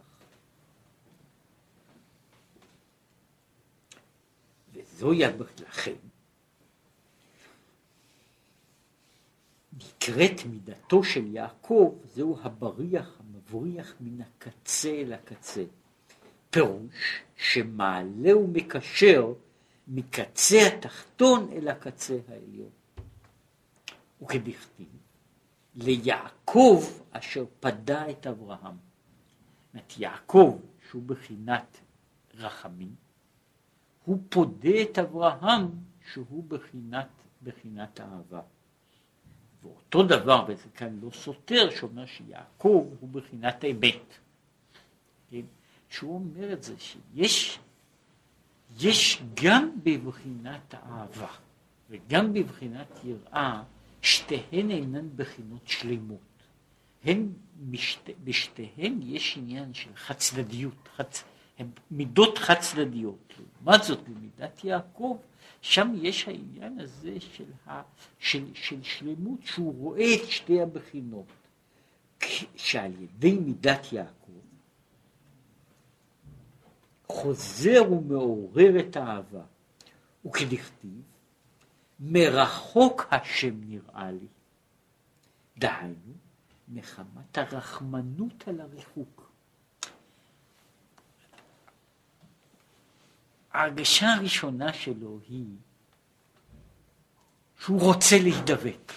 וזו יבח לכם. נקראת מידתו של יעקב, זהו הבריח המבריח מן הקצה אל הקצה. פירוש שמעלה ומקשר מקצה התחתון אל הקצה העליון. וכדכתיב, ליעקב אשר פדה את אברהם. את יעקב, שהוא בחינת רחמים, הוא פודה את אברהם, שהוא בחינת, בחינת אהבה. ואותו דבר, וזה כאן לא סותר, שאומר שיעקב הוא בחינת אמת. כן? שהוא אומר את זה, שיש יש גם בבחינת האהבה, וגם בבחינת יראה, שתיהן אינן בחינות שלמות. הן משת, בשתיהן יש עניין של חד צדדיות, חד, הן מידות חד צדדיות. לעומת זאת, במידת יעקב, שם יש העניין הזה של, ה, של, של שלמות, שהוא רואה את שתי הבחינות. שעל ידי מידת יעקב, חוזר ומעורר את האהבה, וכדכתיב, מרחוק השם נראה לי. דהיינו, מחמת הרחמנות על הריחוק. ההרגשה הראשונה שלו היא שהוא רוצה להידבק.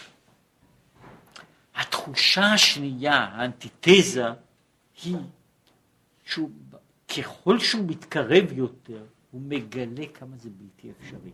התחושה השנייה, האנטיתזה, היא שהוא, ככל שהוא מתקרב יותר, הוא מגלה כמה זה בלתי אפשרי.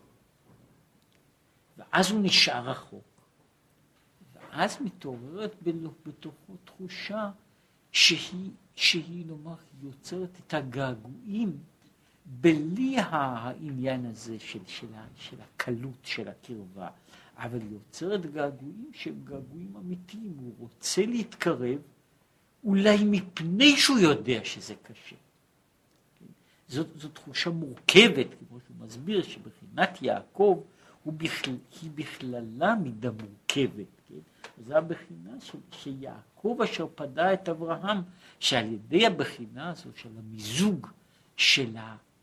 ואז הוא נשאר רחוק. ואז מתעוררת בתוכו תחושה שהיא, שהיא נאמר, יוצרת את הגעגועים בלי העניין הזה של, של, של הקלות, של הקרבה. אבל יוצרת געגועים שהם געגועים אמיתיים. הוא רוצה להתקרב, אולי מפני שהוא יודע שזה קשה. זאת, זאת תחושה מורכבת, כמו שהוא מסביר, שבחינת יעקב הוא בכלל, היא בכללה מידה מורכבת. כן? זו הבחינה של, שיעקב אשר פדה את אברהם, שעל ידי הבחינה הזו של המיזוג של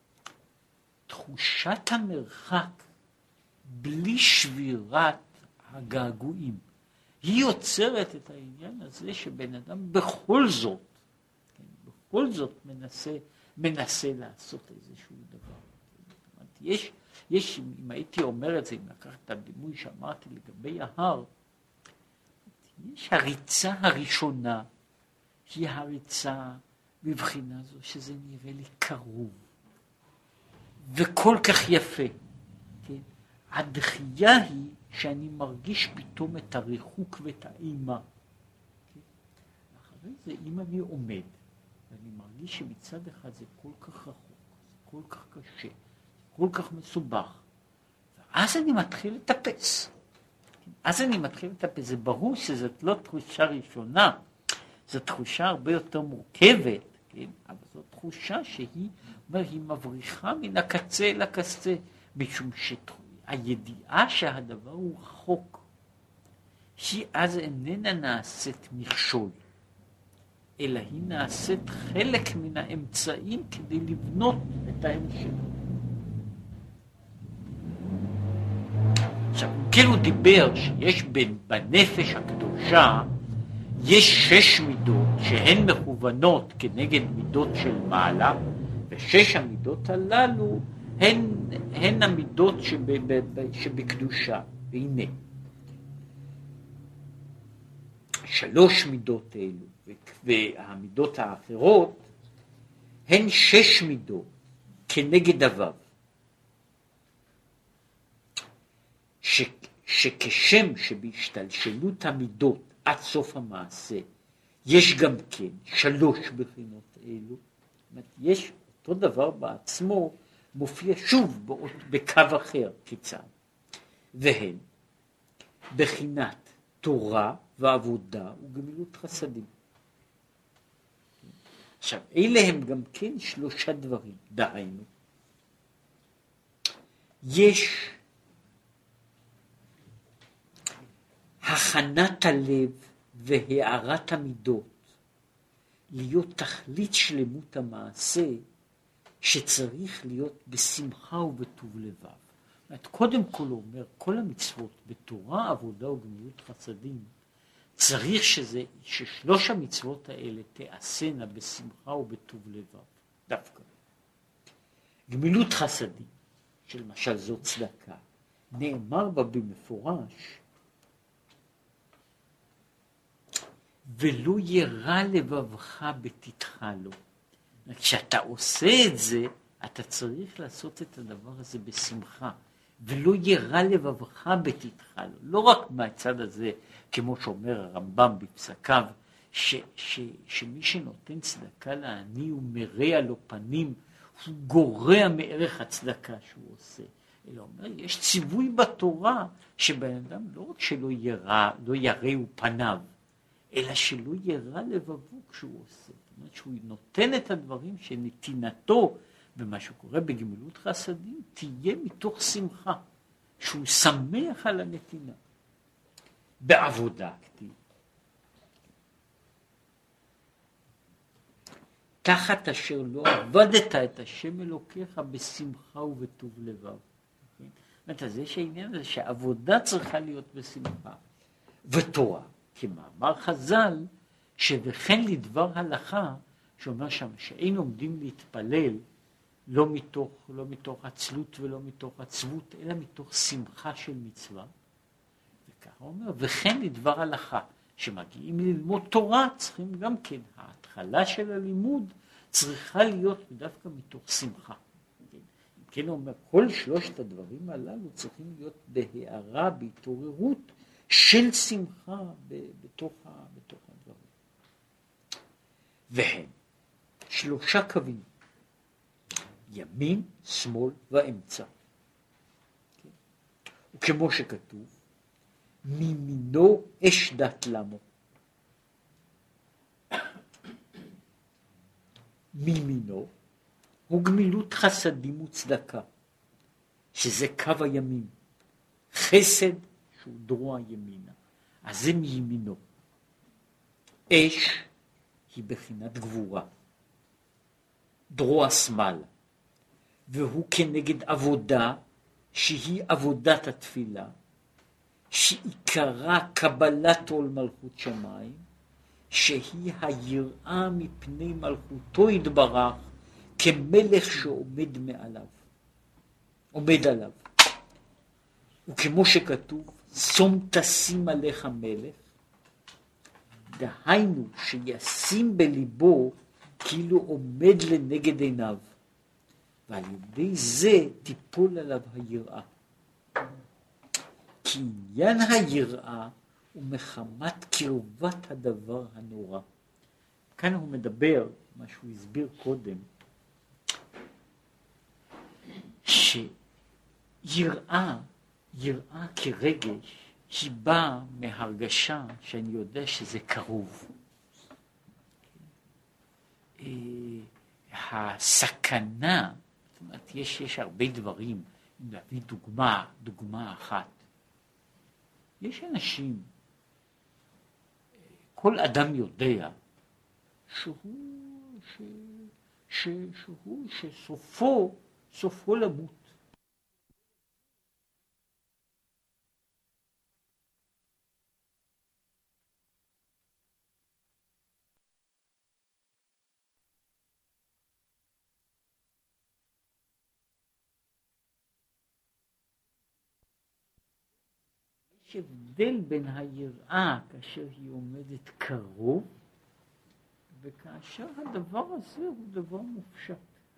תחושת המרחק בלי שבירת הגעגועים, היא יוצרת את העניין הזה שבן אדם בכל זאת, כן, בכל זאת מנסה, מנסה לעשות איזשהו דבר. כן? יש, יש, אם הייתי אומר את זה, אם לקחת את הדימוי שאמרתי לגבי ההר, יש הריצה הראשונה, היא הריצה בבחינה זו שזה נראה לי קרוב, וכל כך יפה. כן? הדחייה היא שאני מרגיש פתאום את הריחוק ואת האימה. כן? אחרי זה, אם אני עומד, ואני מרגיש שמצד אחד זה כל כך רחוק, זה כל כך קשה, כל כך מסובך, ואז אני מתחיל לטפס. כן? אז אני מתחיל לטפס. זה ברור שזאת לא תחושה ראשונה, זו תחושה הרבה יותר מורכבת, כן? אבל זו תחושה שהיא, אומר, היא מבריחה מן הקצה אל הקצה, משום שהידיעה שהדבר הוא רחוק, היא אז איננה נעשית מכשול, אלא היא נעשית חלק מן האמצעים כדי לבנות את ההמשך. עכשיו, כאילו דיבר שיש בנפש הקדושה, יש שש מידות שהן מכוונות כנגד מידות של מעלה, ושש המידות הללו הן, הן המידות שב, שבקדושה. והנה, שלוש מידות אלו, והמידות האחרות, הן שש מידות כנגד הוו. ש, שכשם שבהשתלשלות המידות עד סוף המעשה, יש גם כן שלוש בחינות אלו, יש אותו דבר בעצמו, מופיע שוב באות, בקו אחר, כיצד? והן בחינת תורה ועבודה וגמילות חסדים. עכשיו, אלה הם גם כן שלושה דברים, דהיינו. יש הכנת הלב והארת המידות להיות תכלית שלמות המעשה, שצריך להיות בשמחה ובטוב לבב. זאת קודם כל הוא אומר, כל המצוות בתורה, עבודה וגמילות חסדים, צריך שזה, ששלוש המצוות האלה תעשנה בשמחה ובטוב לבב, דווקא. גמילות חסדים, שלמשל זו צדקה, נאמר בה במפורש, ולא ירא לבבך בתתך לו. כשאתה עושה את זה, אתה צריך לעשות את הדבר הזה בשמחה, ולא ירא לבבך בתתך לו. לא רק מהצד הזה, כמו שאומר הרמב"ם בפסקיו, ש, ש, שמי שנותן צדקה לעני הוא מרע לו פנים, הוא גורע מערך הצדקה שהוא עושה. אלא אומר, יש ציווי בתורה, שבן אדם לא רק שלא ירא, לא יראו פניו, אלא שלא ירא לבבו כשהוא עושה. זאת אומרת שהוא נותן את הדברים שנתינתו במה שקורה בגמילות חסדים תהיה מתוך שמחה, שהוא שמח על הנתינה. בעבודה כתיב. תחת אשר לא עבדת את השם אלוקיך בשמחה ובטוב לבב. זאת אומרת, אז יש העניין הזה שעבודה צריכה להיות בשמחה. ותורה. כמאמר חז"ל, שבכן לדבר הלכה, שאומר שם שאין עומדים להתפלל לא מתוך, לא מתוך עצלות ולא מתוך עצבות, אלא מתוך שמחה של מצווה. וכך הוא אומר, וכן לדבר הלכה, שמגיעים ללמוד תורה, צריכים גם כן, ההתחלה של הלימוד צריכה להיות דווקא מתוך שמחה. כן, כן הוא אומר, כל שלושת הדברים הללו צריכים להיות בהערה, בהתעוררות, של שמחה בתוך, בתוך הדברים. והם שלושה קווים, ימין, שמאל ואמצע. כן? וכמו שכתוב, מימינו אש דת למו. מימינו הוא גמילות חסדים וצדקה, שזה קו הימין. חסד שהוא דרוע ימינה, אז זה מימינו. אש היא בחינת גבורה, דרוע שמאל, והוא כנגד עבודה שהיא עבודת התפילה, שעיקרה קבלת עול מלכות שמיים, שהיא היראה מפני מלכותו יתברך כמלך שעומד מעליו, עומד עליו. וכמו שכתוב, שום תשים עליך מלך, דהיינו שישים בליבו כאילו עומד לנגד עיניו, ועל ידי זה תיפול עליו היראה. כי עניין היראה הוא מחמת קרבת הדבר הנורא. כאן הוא מדבר, מה שהוא הסביר קודם, שיראה, יראה כרגש, היא באה מהרגשה שאני יודע שזה קרוב. הסכנה, זאת אומרת, יש, יש הרבה דברים, אם להביא דוגמה, דוגמה אחת. יש אנשים, כל אדם יודע שהוא, ש, ש, שהוא, שסופו, סופו למות. יש הבדל בין היראה כאשר היא עומדת קרוב, וכאשר הדבר הזה הוא דבר מופשט.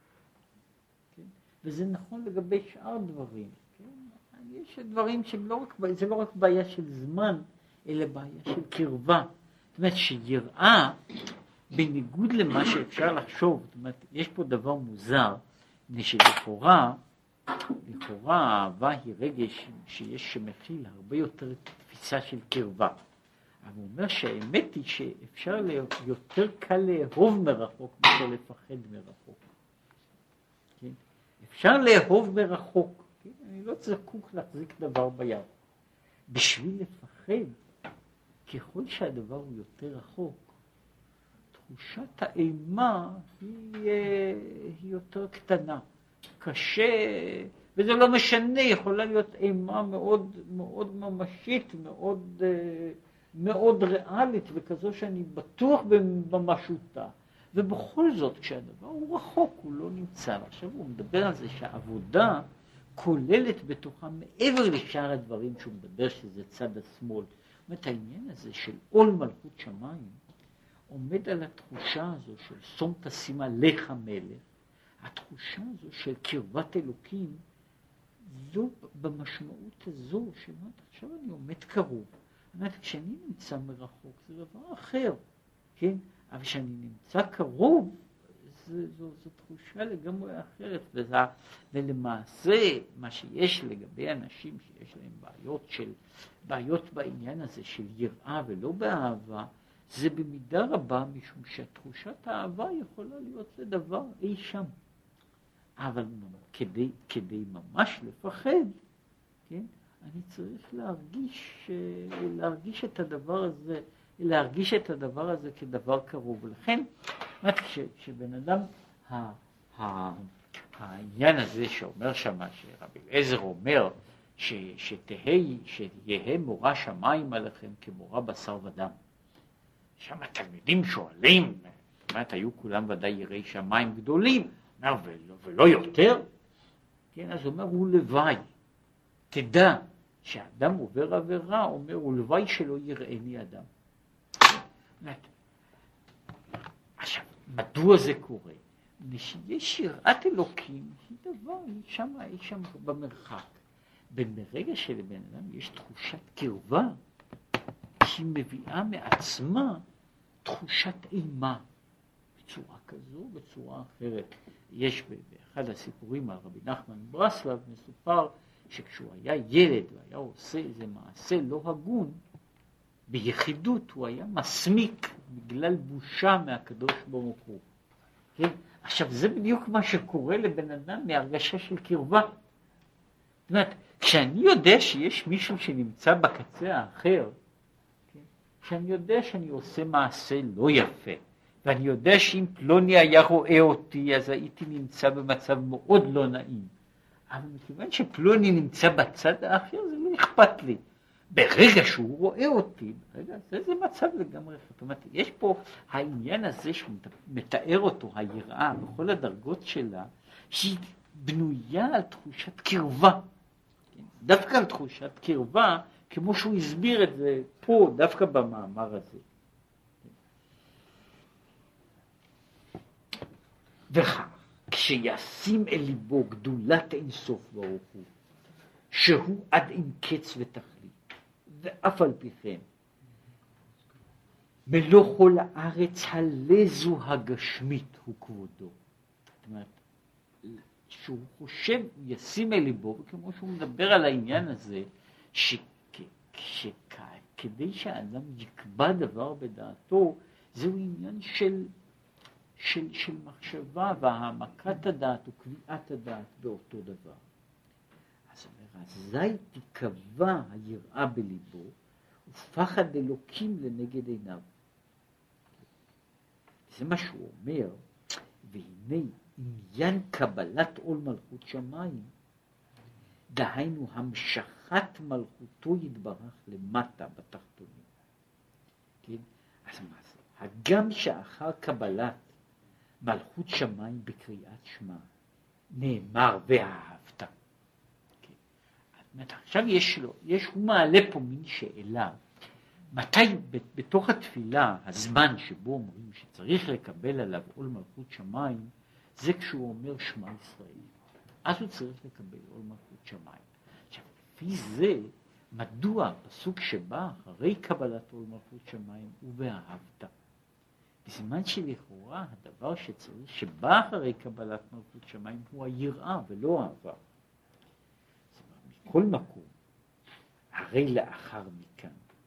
כן? וזה נכון לגבי שאר דברים. כן? יש דברים שהם לא רק, זה לא רק בעיה של זמן, אלא בעיה של קרבה. זאת אומרת שיראה, בניגוד למה שאפשר לחשוב, זאת אומרת, יש פה דבר מוזר, שלכאורה, לכאורה האהבה היא רגש שיש שמכיל הרבה יותר תפיסה של קרבה. אבל הוא אומר שהאמת היא שאפשר יותר קל לאהוב מרחוק מאשר לפחד מרחוק. כן? אפשר לאהוב מרחוק. כן? אני לא זקוק להחזיק דבר ביד. בשביל לפחד, ככל שהדבר הוא יותר רחוק, תחושת האימה היא, היא יותר קטנה. קשה, וזה לא משנה, יכולה להיות אימה מאוד מאוד ממשית, מאוד, מאוד ריאלית, וכזו שאני בטוח בממשותה. ובכל זאת, כשהדבר הוא רחוק, הוא לא נמצא. עכשיו הוא מדבר על זה שהעבודה כוללת בתוכה, מעבר לשאר הדברים שהוא מדבר שזה צד השמאל. זאת אומרת, העניין הזה של עול מלכות שמיים, עומד על התחושה הזו של שום תשים עליך מלך, התחושה הזו של קרבת אלוקים, זו במשמעות הזו, שאומרת, עכשיו אני עומד קרוב. אומרת, כשאני נמצא מרחוק, זה דבר אחר, כן? אבל כשאני נמצא קרוב, זה, זו, זו תחושה לגמרי אחרת. וזה, ולמעשה, מה שיש לגבי אנשים שיש להם בעיות של, בעיות בעניין הזה של יראה ולא באהבה, זה במידה רבה משום שתחושת האהבה יכולה להיות זה דבר אי שם. אבל כדי, כדי ממש לפחד, כן, אני צריך להרגיש, להרגיש את הדבר הזה, להרגיש את הדבר הזה כדבר קרוב. ולכן, כשבן אדם, העניין הזה שאומר שמה, שרבי אליעזר אומר, שתהי, שיהיה מורא שמיים עליכם כמורא בשר ודם. שם התלמידים שואלים, זאת אומרת, היו כולם ודאי יראי שמיים גדולים, אומר, ולא, ולא יותר? כן, אז אומר, הוא לוואי. תדע שהאדם עובר עבירה, אומר, הוא לוואי שלא יראני אדם. עכשיו, מדוע זה קורה? שיש יראת אלוקים, היא דבר, היא שם, היא שם במרחק. ברגע שלבן אדם יש תחושת קרבה, היא מביאה מעצמה תחושת אימה, בצורה כזו, בצורה אחרת. יש באחד הסיפורים על רבי נחמן ברסלב מסופר שכשהוא היה ילד והיה עושה איזה מעשה לא הגון, ביחידות הוא היה מסמיק בגלל בושה מהקדוש ברוך הוא. כן? עכשיו, זה בדיוק מה שקורה לבן אדם מהרגשה של קרבה. זאת אומרת, כשאני יודע שיש מישהו שנמצא בקצה האחר, כן? כשאני יודע שאני עושה מעשה לא יפה, ואני יודע שאם פלוני היה רואה אותי, אז הייתי נמצא במצב מאוד לא נעים. אבל מכיוון שפלוני נמצא בצד האחר, זה לא אכפת לי. ברגע שהוא רואה אותי, ברגע זה, זה מצב לגמרי. זאת אומרת, יש פה העניין הזה שמתאר אותו, היראה, בכל הדרגות שלה, שהיא בנויה על תחושת קרבה. דווקא על תחושת קרבה, כמו שהוא הסביר את זה פה, דווקא במאמר הזה. וכך, כשישים אל ליבו גדולת אינסוף ברוך הוא, שהוא עד אין קץ ותכלית, ואף על פי כן, מלוא כל הארץ הלזו הגשמית הוא כבודו. זאת אומרת, שהוא חושב, הוא ישים אל ליבו, וכמו שהוא מדבר על העניין הזה, שכדי שהאדם יקבע דבר בדעתו, זהו עניין של של, של מחשבה והעמקת הדעת וקביעת הדעת באותו דבר. אז אומר, אזי תיקבע היראה בליבו ופחד אלוקים לנגד עיניו. זה מה שהוא אומר, והנה עניין קבלת עול מלכות שמיים, דהיינו המשכת מלכותו יתברך למטה בתחתונים. כן? אז מה זה? הגם שאחר קבלת מלכות שמיים בקריאת שמע נאמר ואהבת. כן. עכשיו יש לו, יש, הוא מעלה פה מין שאלה, מתי בתוך התפילה, הזמן שבו אומרים שצריך לקבל עליו עול מלכות שמיים, זה כשהוא אומר שמע ישראל. אז הוא צריך לקבל עול מלכות שמיים. עכשיו, לפי זה, מדוע הפסוק שבא אחרי קבלת עול מלכות שמיים הוא ואהבת? בזמן שלכאורה הדבר שצריך, שבא אחרי קבלת מלכות שמיים הוא היראה ולא אהבה. מכל מקום, הרי לאחר מכאן,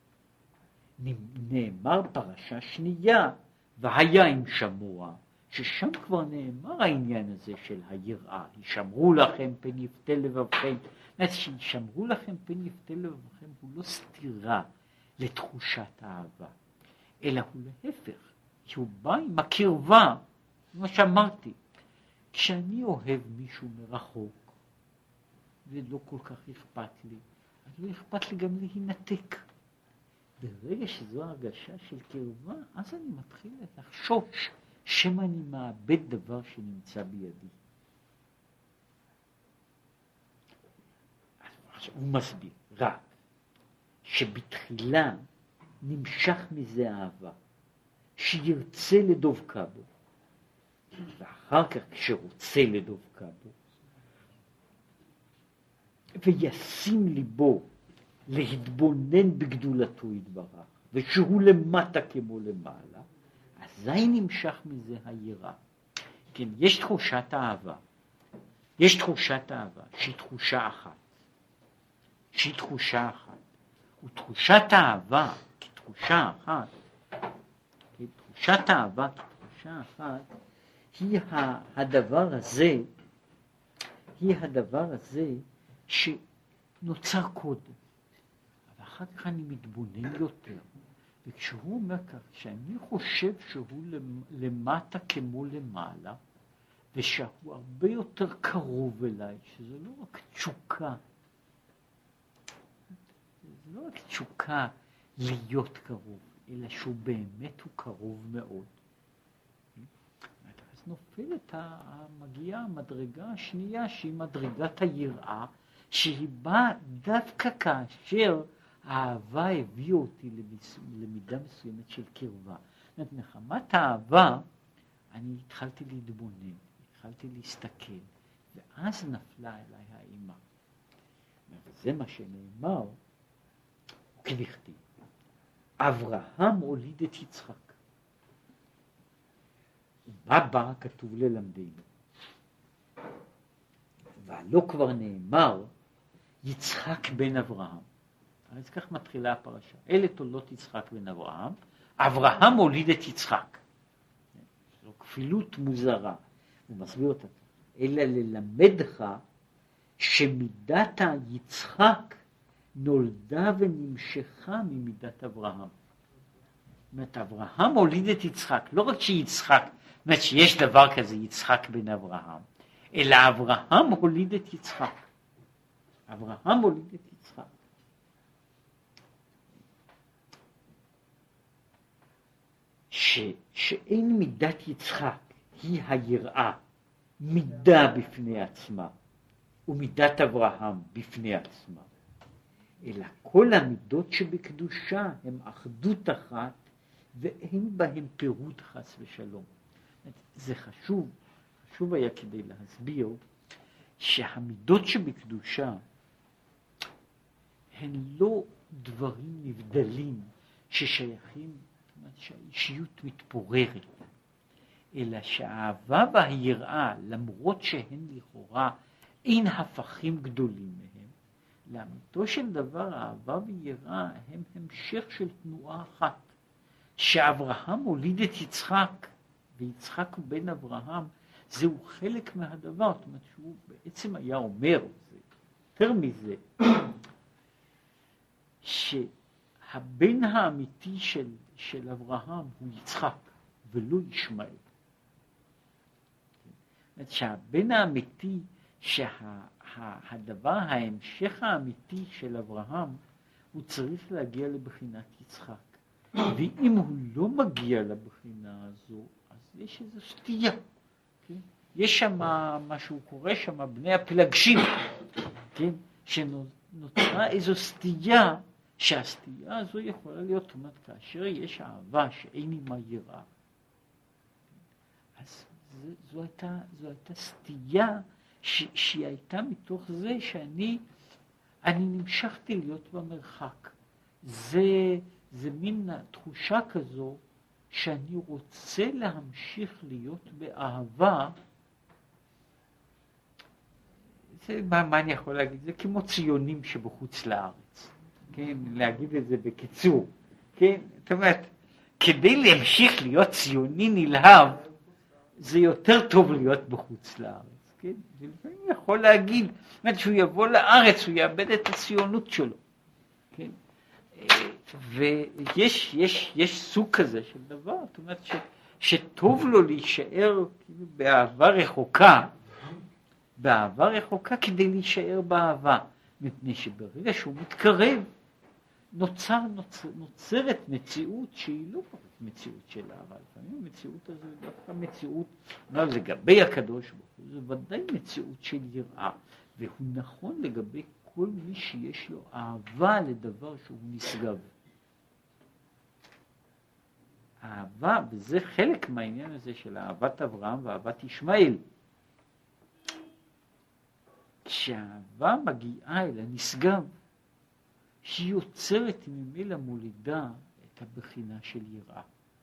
נאמר פרשה שנייה, והיה עם שמוע, ששם כבר נאמר העניין הזה של היראה, ישמרו לכם פן יפתה לבבכם. שישמרו לכם פן יפתה לבבכם הוא לא סתירה לתחושת האהבה, אלא הוא להפך. שהוא בא עם הקרבה, מה שאמרתי, כשאני אוהב מישהו מרחוק, ולא כל כך אכפת לי, אז לא אכפת לי גם להינתק. ברגע שזו הרגשה של קרבה, אז אני מתחיל לחשוש שמא אני מאבד דבר שנמצא בידי. עכשיו הוא מסביר, רק שבתחילה נמשך מזה אהבה, שירצה לדובקה בו, ואחר כך כשרוצה לדובקה בו, וישים ליבו להתבונן בגדולתו יתברך, ושהוא למטה כמו למעלה, אזי נמשך מזה היראה. כן, יש תחושת אהבה, יש תחושת אהבה שהיא תחושה אחת, שהיא תחושה אחת, ותחושת אהבה כתחושה אחת, תחושת אהבה כתחושה אחת, היא הדבר הזה, היא הדבר הזה שנוצר קודם. אבל אחר כך אני מתבונן יותר. וכשהוא אומר כך, שאני חושב שהוא למטה כמו למעלה, ושהוא הרבה יותר קרוב אליי, שזה לא רק תשוקה, זה לא רק תשוקה להיות קרוב, אלא שהוא באמת הוא קרוב מאוד. אז נופלת, מגיעה המדרגה השנייה, שהיא מדרגת היראה, שהיא באה דווקא כאשר האהבה הביא אותי למידה מסוימת של קרבה. זאת אומרת, מחמת האהבה, אני התחלתי להתבונן, התחלתי להסתכל, ואז נפלה אליי האימה. וזה מה שנאמר, כדכתיב. אברהם הוליד את יצחק. מה בא כתוב ללמדנו? והלא כבר נאמר, יצחק בן אברהם. אז כך מתחילה הפרשה. אלה תולדות יצחק בן אברהם. אברהם הוליד את יצחק. זו כפילות מוזרה. הוא מסביר אותה, אלא ללמדך שמידת היצחק נולדה ונמשכה ממידת אברהם. זאת אומרת, אברהם הוליד את יצחק, לא רק שיצחק, זאת אומרת שיש דבר כזה יצחק בן אברהם, אלא אברהם הוליד את יצחק. אברהם הוליד את יצחק. ש, שאין מידת יצחק היא היראה, מידה בפני עצמה, ומידת אברהם בפני עצמה, אלא כל המידות שבקדושה הם אחדות אחת, ואין בהם פירוט חס ושלום. זה חשוב, חשוב היה כדי להסביר שהמידות שבקדושה הן לא דברים נבדלים ששייכים, שהאישיות מתפוררת, אלא שהאהבה והיראה, למרות שהן לכאורה אין הפכים גדולים מהם, לאמיתו של דבר האהבה ויראה הם המשך של תנועה אחת. שאברהם הוליד את יצחק, ויצחק הוא בן אברהם, זהו חלק מהדבר. זאת אומרת שהוא בעצם היה אומר, זה יותר מזה, שהבן האמיתי של, של אברהם הוא יצחק, ולא ישמעאל. זאת אומרת שהבן האמיתי, שהדבר, ההמשך האמיתי של אברהם, הוא צריך להגיע לבחינת יצחק. ואם הוא לא מגיע לבחינה הזו, אז יש איזו סטייה. כן? יש שם מה שהוא קורא שם בני הפלגשים, כן? שנוצרה איזו סטייה, שהסטייה הזו יכולה להיות, זאת אומרת, כאשר יש אהבה שאין עימה יראה. אז זו, זו, הייתה, זו הייתה סטייה ש, שהיא הייתה מתוך זה שאני אני נמשכתי להיות במרחק. זה... זה מין תחושה כזו שאני רוצה להמשיך להיות באהבה. זה, מה, מה אני יכול להגיד? זה כמו ציונים שבחוץ לארץ. כן, להגיד את זה בקיצור. כן, זאת אומרת, כדי להמשיך להיות ציוני נלהב, זה יותר טוב להיות בחוץ לארץ. כן, ולפעמים יכול להגיד, זאת אומרת, שהוא יבוא לארץ, הוא יאבד את הציונות שלו. כן. ויש יש יש סוג כזה של דבר, זאת אומרת ש, שטוב לו להישאר כאילו באהבה רחוקה, באהבה רחוקה כדי להישאר באהבה, מפני שברגע שהוא מתקרב נוצר, נוצר, נוצרת מציאות שהיא לא פחות מציאות של אהבה. לפעמים המציאות הזו היא דווקא מציאות, לגבי הקדוש ברוך הוא, זה ודאי מציאות של יראה, והוא נכון לגבי כל מי שיש לו אהבה לדבר שהוא נשגב. אהבה, וזה חלק מהעניין הזה של אהבת אברהם ואהבת ישמעאל. כשהאהבה מגיעה אל הנשגב, היא יוצרת ממילא מולידה את הבחינה של יראה.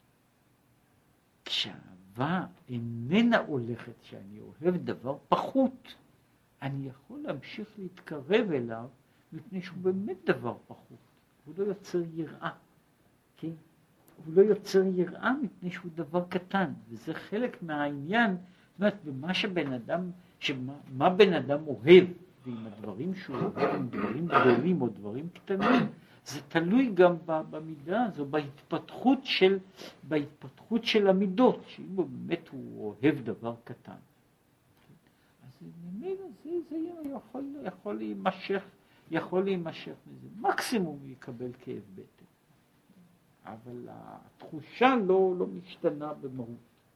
כשהאהבה איננה הולכת שאני אוהב דבר פחות, אני יכול להמשיך להתקרב אליו, מפני שהוא באמת דבר פחות. הוא לא יוצר יראה. כן? הוא לא יוצר יראה מפני שהוא דבר קטן, וזה חלק מהעניין. זאת אומרת, במה שבן אדם, שמה, מה בן אדם אוהב, ועם הדברים שהוא אוהב, עם דברים גדולים או דברים קטנים, זה תלוי גם במידה הזו, בהתפתחות של, בהתפתחות של המידות, שאם באמת הוא אוהב דבר קטן. אז ממילא זה, זה יכול, יכול להימשך, יכול להימשך מזה. מקסימום הוא יקבל כאב בטן. אבל התחושה לא, לא משתנה במהות.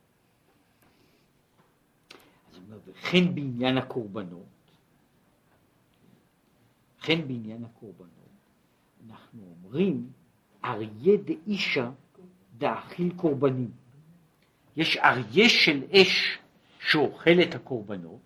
אז הוא אומר, וכן בעניין הקורבנות, וכן בעניין הקורבנות, אנחנו אומרים, אריה דאישה דאכיל קורבנים. יש אריה של אש שאוכל את הקורבנות,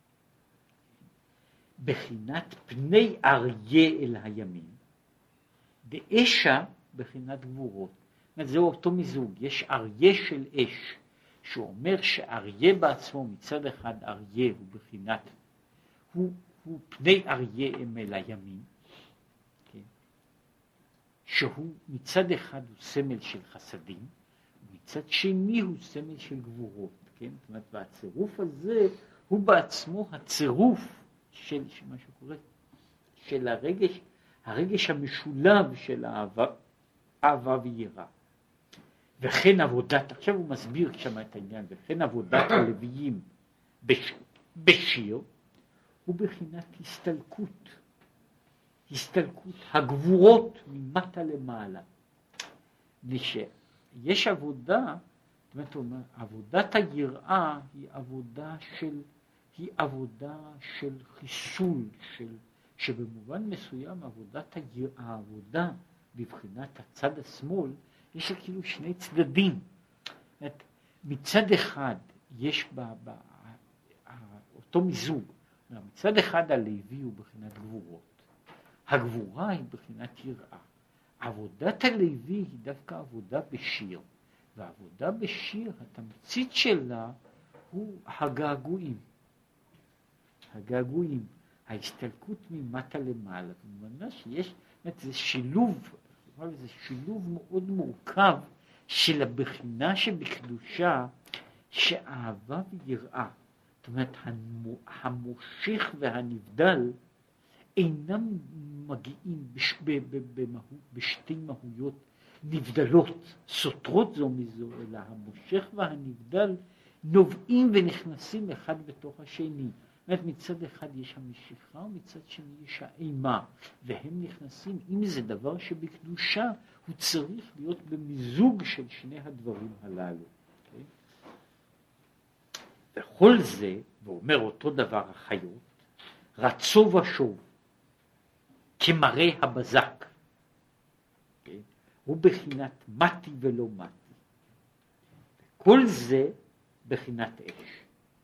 בחינת פני אריה אל הימין, דאשה בחינת גבורות. זאת אומרת, זהו אותו מיזוג. יש אריה של אש, שאומר שאריה בעצמו מצד אחד אריה הוא בחינת, הוא, הוא פני אריה אל הימין, כן? שהוא מצד אחד הוא סמל של חסדים, ומצד שני הוא סמל של גבורות. כן? זאת אומרת, והצירוף הזה הוא בעצמו הצירוף של, מה שקורה, של הרגש, הרגש המשולב של אהבה, אהבה ויראה. וכן עבודת, עכשיו הוא מסביר שם את העניין, וכן עבודת הלוויים בש, בשיר, הוא בחינת הסתלקות, הסתלקות הגבורות ממטה למעלה. יש עבודה, זאת אומרת, הוא אומר, עבודת היראה היא עבודה של, היא עבודה של חיסול, של, שבמובן מסוים עבודת היראה, העבודה בבחינת הצד השמאל, יש לה כאילו שני צדדים. זאת, מצד אחד יש בה, בה אותו מיזוג, מצד אחד הלוי הוא בחינת גבורות, הגבורה היא בחינת יראה. עבודת הלוי היא דווקא עבודה בשיר, והעבודה בשיר, התמצית שלה הוא הגעגועים. הגעגועים, ההסתלקות ממטה למעלה. במובן שיש, זה שילוב, זה שילוב מאוד מורכב של הבחינה שבקדושה, שאהבה ויראה, זאת אומרת, המושך והנבדל, אינם מגיעים בש, ב, ב, במהו, בשתי מהויות נבדלות, סותרות זו מזו, אלא המושך והנבדל נובעים ונכנסים אחד בתוך השני. זאת אומרת, מצד אחד יש המשיכה ומצד שני יש האימה, והם נכנסים, אם זה דבר שבקדושה, הוא צריך להיות במיזוג של שני הדברים הללו. Okay? וכל זה, ואומר אותו דבר החיות, רצו ושוב, כמראה הבזק, okay? הוא בחינת מתי ולא מתי. כל זה בחינת אש.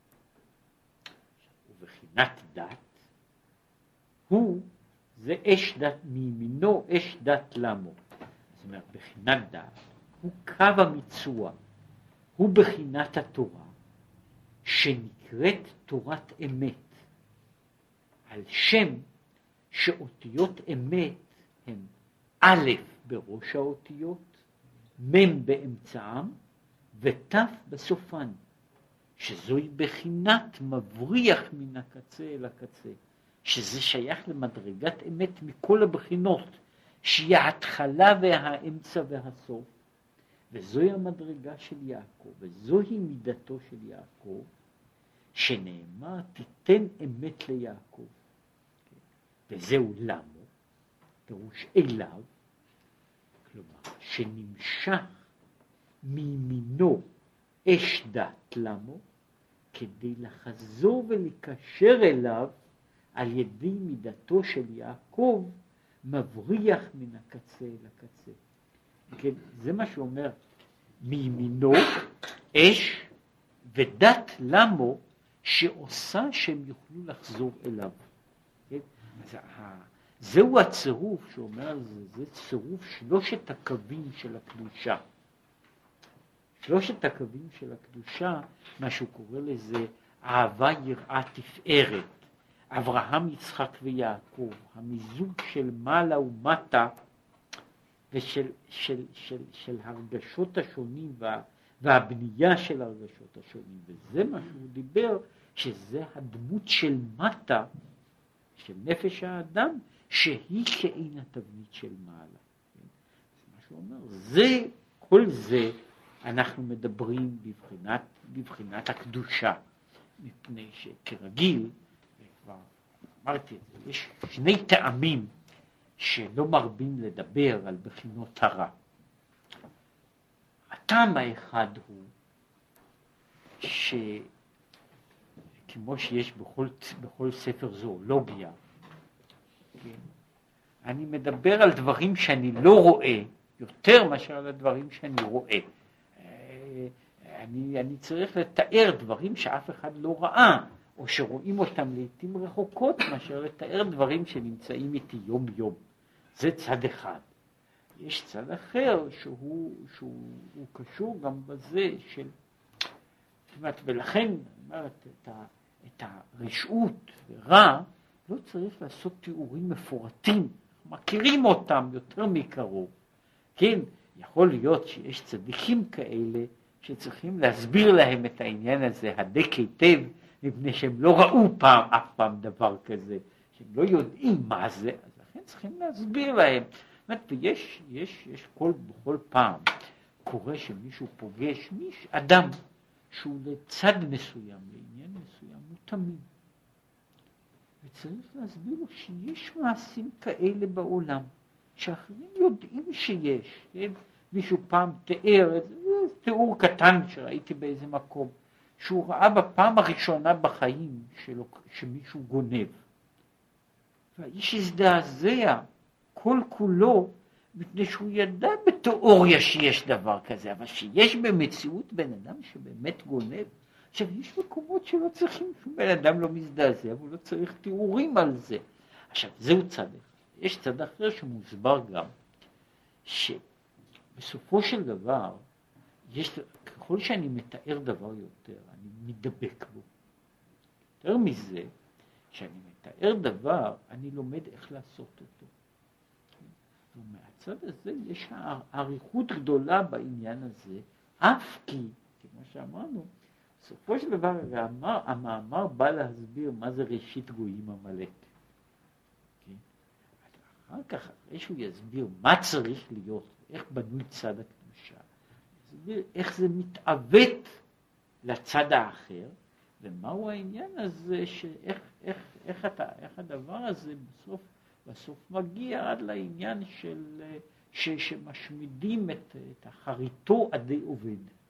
ובחינת דת, הוא, זה אש דת מימינו, אש דת למו. זאת אומרת, בחינת דת, הוא קו המיצוע, הוא בחינת התורה, שנקראת תורת אמת, על שם שאותיות אמת הן א' בראש האותיות, מ' באמצעם, ות' בסופן, שזוהי בחינת מבריח מן הקצה אל הקצה, שזה שייך למדרגת אמת מכל הבחינות, שהיא ההתחלה והאמצע והסוף, וזוהי המדרגה של יעקב, וזוהי מידתו של יעקב, שנאמר תיתן אמת ליעקב, וזהו למו, פירוש אליו, כלומר שנמשך מימינו אש דת למו, כדי לחזור ולקשר אליו על ידי מידתו של יעקב, מבריח מן הקצה אל הקצה. כן, זה מה שאומר, מימינו אש ודת למו, שעושה שהם יוכלו לחזור אליו. כן? אז זהו הצירוף שאומר, זה, זה צירוף שלושת הקווים של הקדושה. שלושת הקווים של הקדושה, מה שהוא קורא לזה, אהבה יראה תפארת, אברהם, יצחק ויעקב, המיזוג של מעלה ומטה, ושל של, של, של הרגשות השונים, וה, והבנייה של הרגשות השונים, וזה מה שהוא דיבר, שזה הדמות של מטה, של נפש האדם, שהיא כאין התבנית של מעלה. זה מה שהוא אומר, זה, כל זה, אנחנו מדברים בבחינת, בבחינת הקדושה, מפני שכרגיל, וכבר אמרתי את זה, יש שני טעמים שלא מרבים לדבר על בחינות הרע. הטעם האחד הוא שכמו שיש בכל, בכל ספר זואולוגיה, כן, אני מדבר על דברים שאני לא רואה יותר מאשר על הדברים שאני רואה. אני, אני צריך לתאר דברים שאף אחד לא ראה, או שרואים אותם לעתים רחוקות, מאשר לתאר דברים שנמצאים איתי יום יום. זה צד אחד. יש צד אחר שהוא, שהוא, שהוא קשור גם בזה של, זאת אומרת, ולכן, אומרת, את, ה, את הרשעות ורע, לא צריך לעשות תיאורים מפורטים, מכירים אותם יותר מקרוב. כן, יכול להיות שיש צדיקים כאלה, שצריכים להסביר להם את העניין הזה הדק היטב, מפני שהם לא ראו פעם, אף פעם דבר כזה, שהם לא יודעים מה זה, אז לכן צריכים להסביר להם. ויש, יש, יש כל, בכל פעם קורה שמישהו פוגש מיש, אדם שהוא לצד מסוים, לעניין מסוים, הוא תמים. וצריך להסביר לו שיש מעשים כאלה בעולם, שאחרים יודעים שיש, כן? מישהו פעם תיאר, תיאור קטן שראיתי באיזה מקום, שהוא ראה בפעם הראשונה בחיים שלו, שמישהו גונב. והאיש הזדעזע כל כולו, מפני שהוא ידע בתיאוריה שיש דבר כזה, אבל שיש במציאות בן אדם שבאמת גונב. עכשיו, יש מקומות שלא צריכים, שום בן אדם לא מזדעזע, והוא לא צריך תיאורים על זה. עכשיו, זהו צד אחד. יש צד אחר שמוסבר גם, שבסופו של דבר, יש, ככל שאני מתאר דבר יותר, אני מדבק בו. יותר מזה, כשאני מתאר דבר, אני לומד איך לעשות אותו. ומהצד הזה יש העריכות גדולה בעניין הזה, אף כי, כמו שאמרנו, בסופו של דבר המאמר, המאמר בא להסביר מה זה ראשית גויים עמלק. כן? אחר כך, אחרי שהוא יסביר מה צריך להיות, איך בנוי צד הקדושה, יסביר איך זה מתעוות לצד האחר, ומהו העניין הזה, שאיך, איך, איך, אתה, איך הדבר הזה בסוף, בסוף מגיע עד לעניין של, ש, שמשמידים את, את החריטו עדי עובד.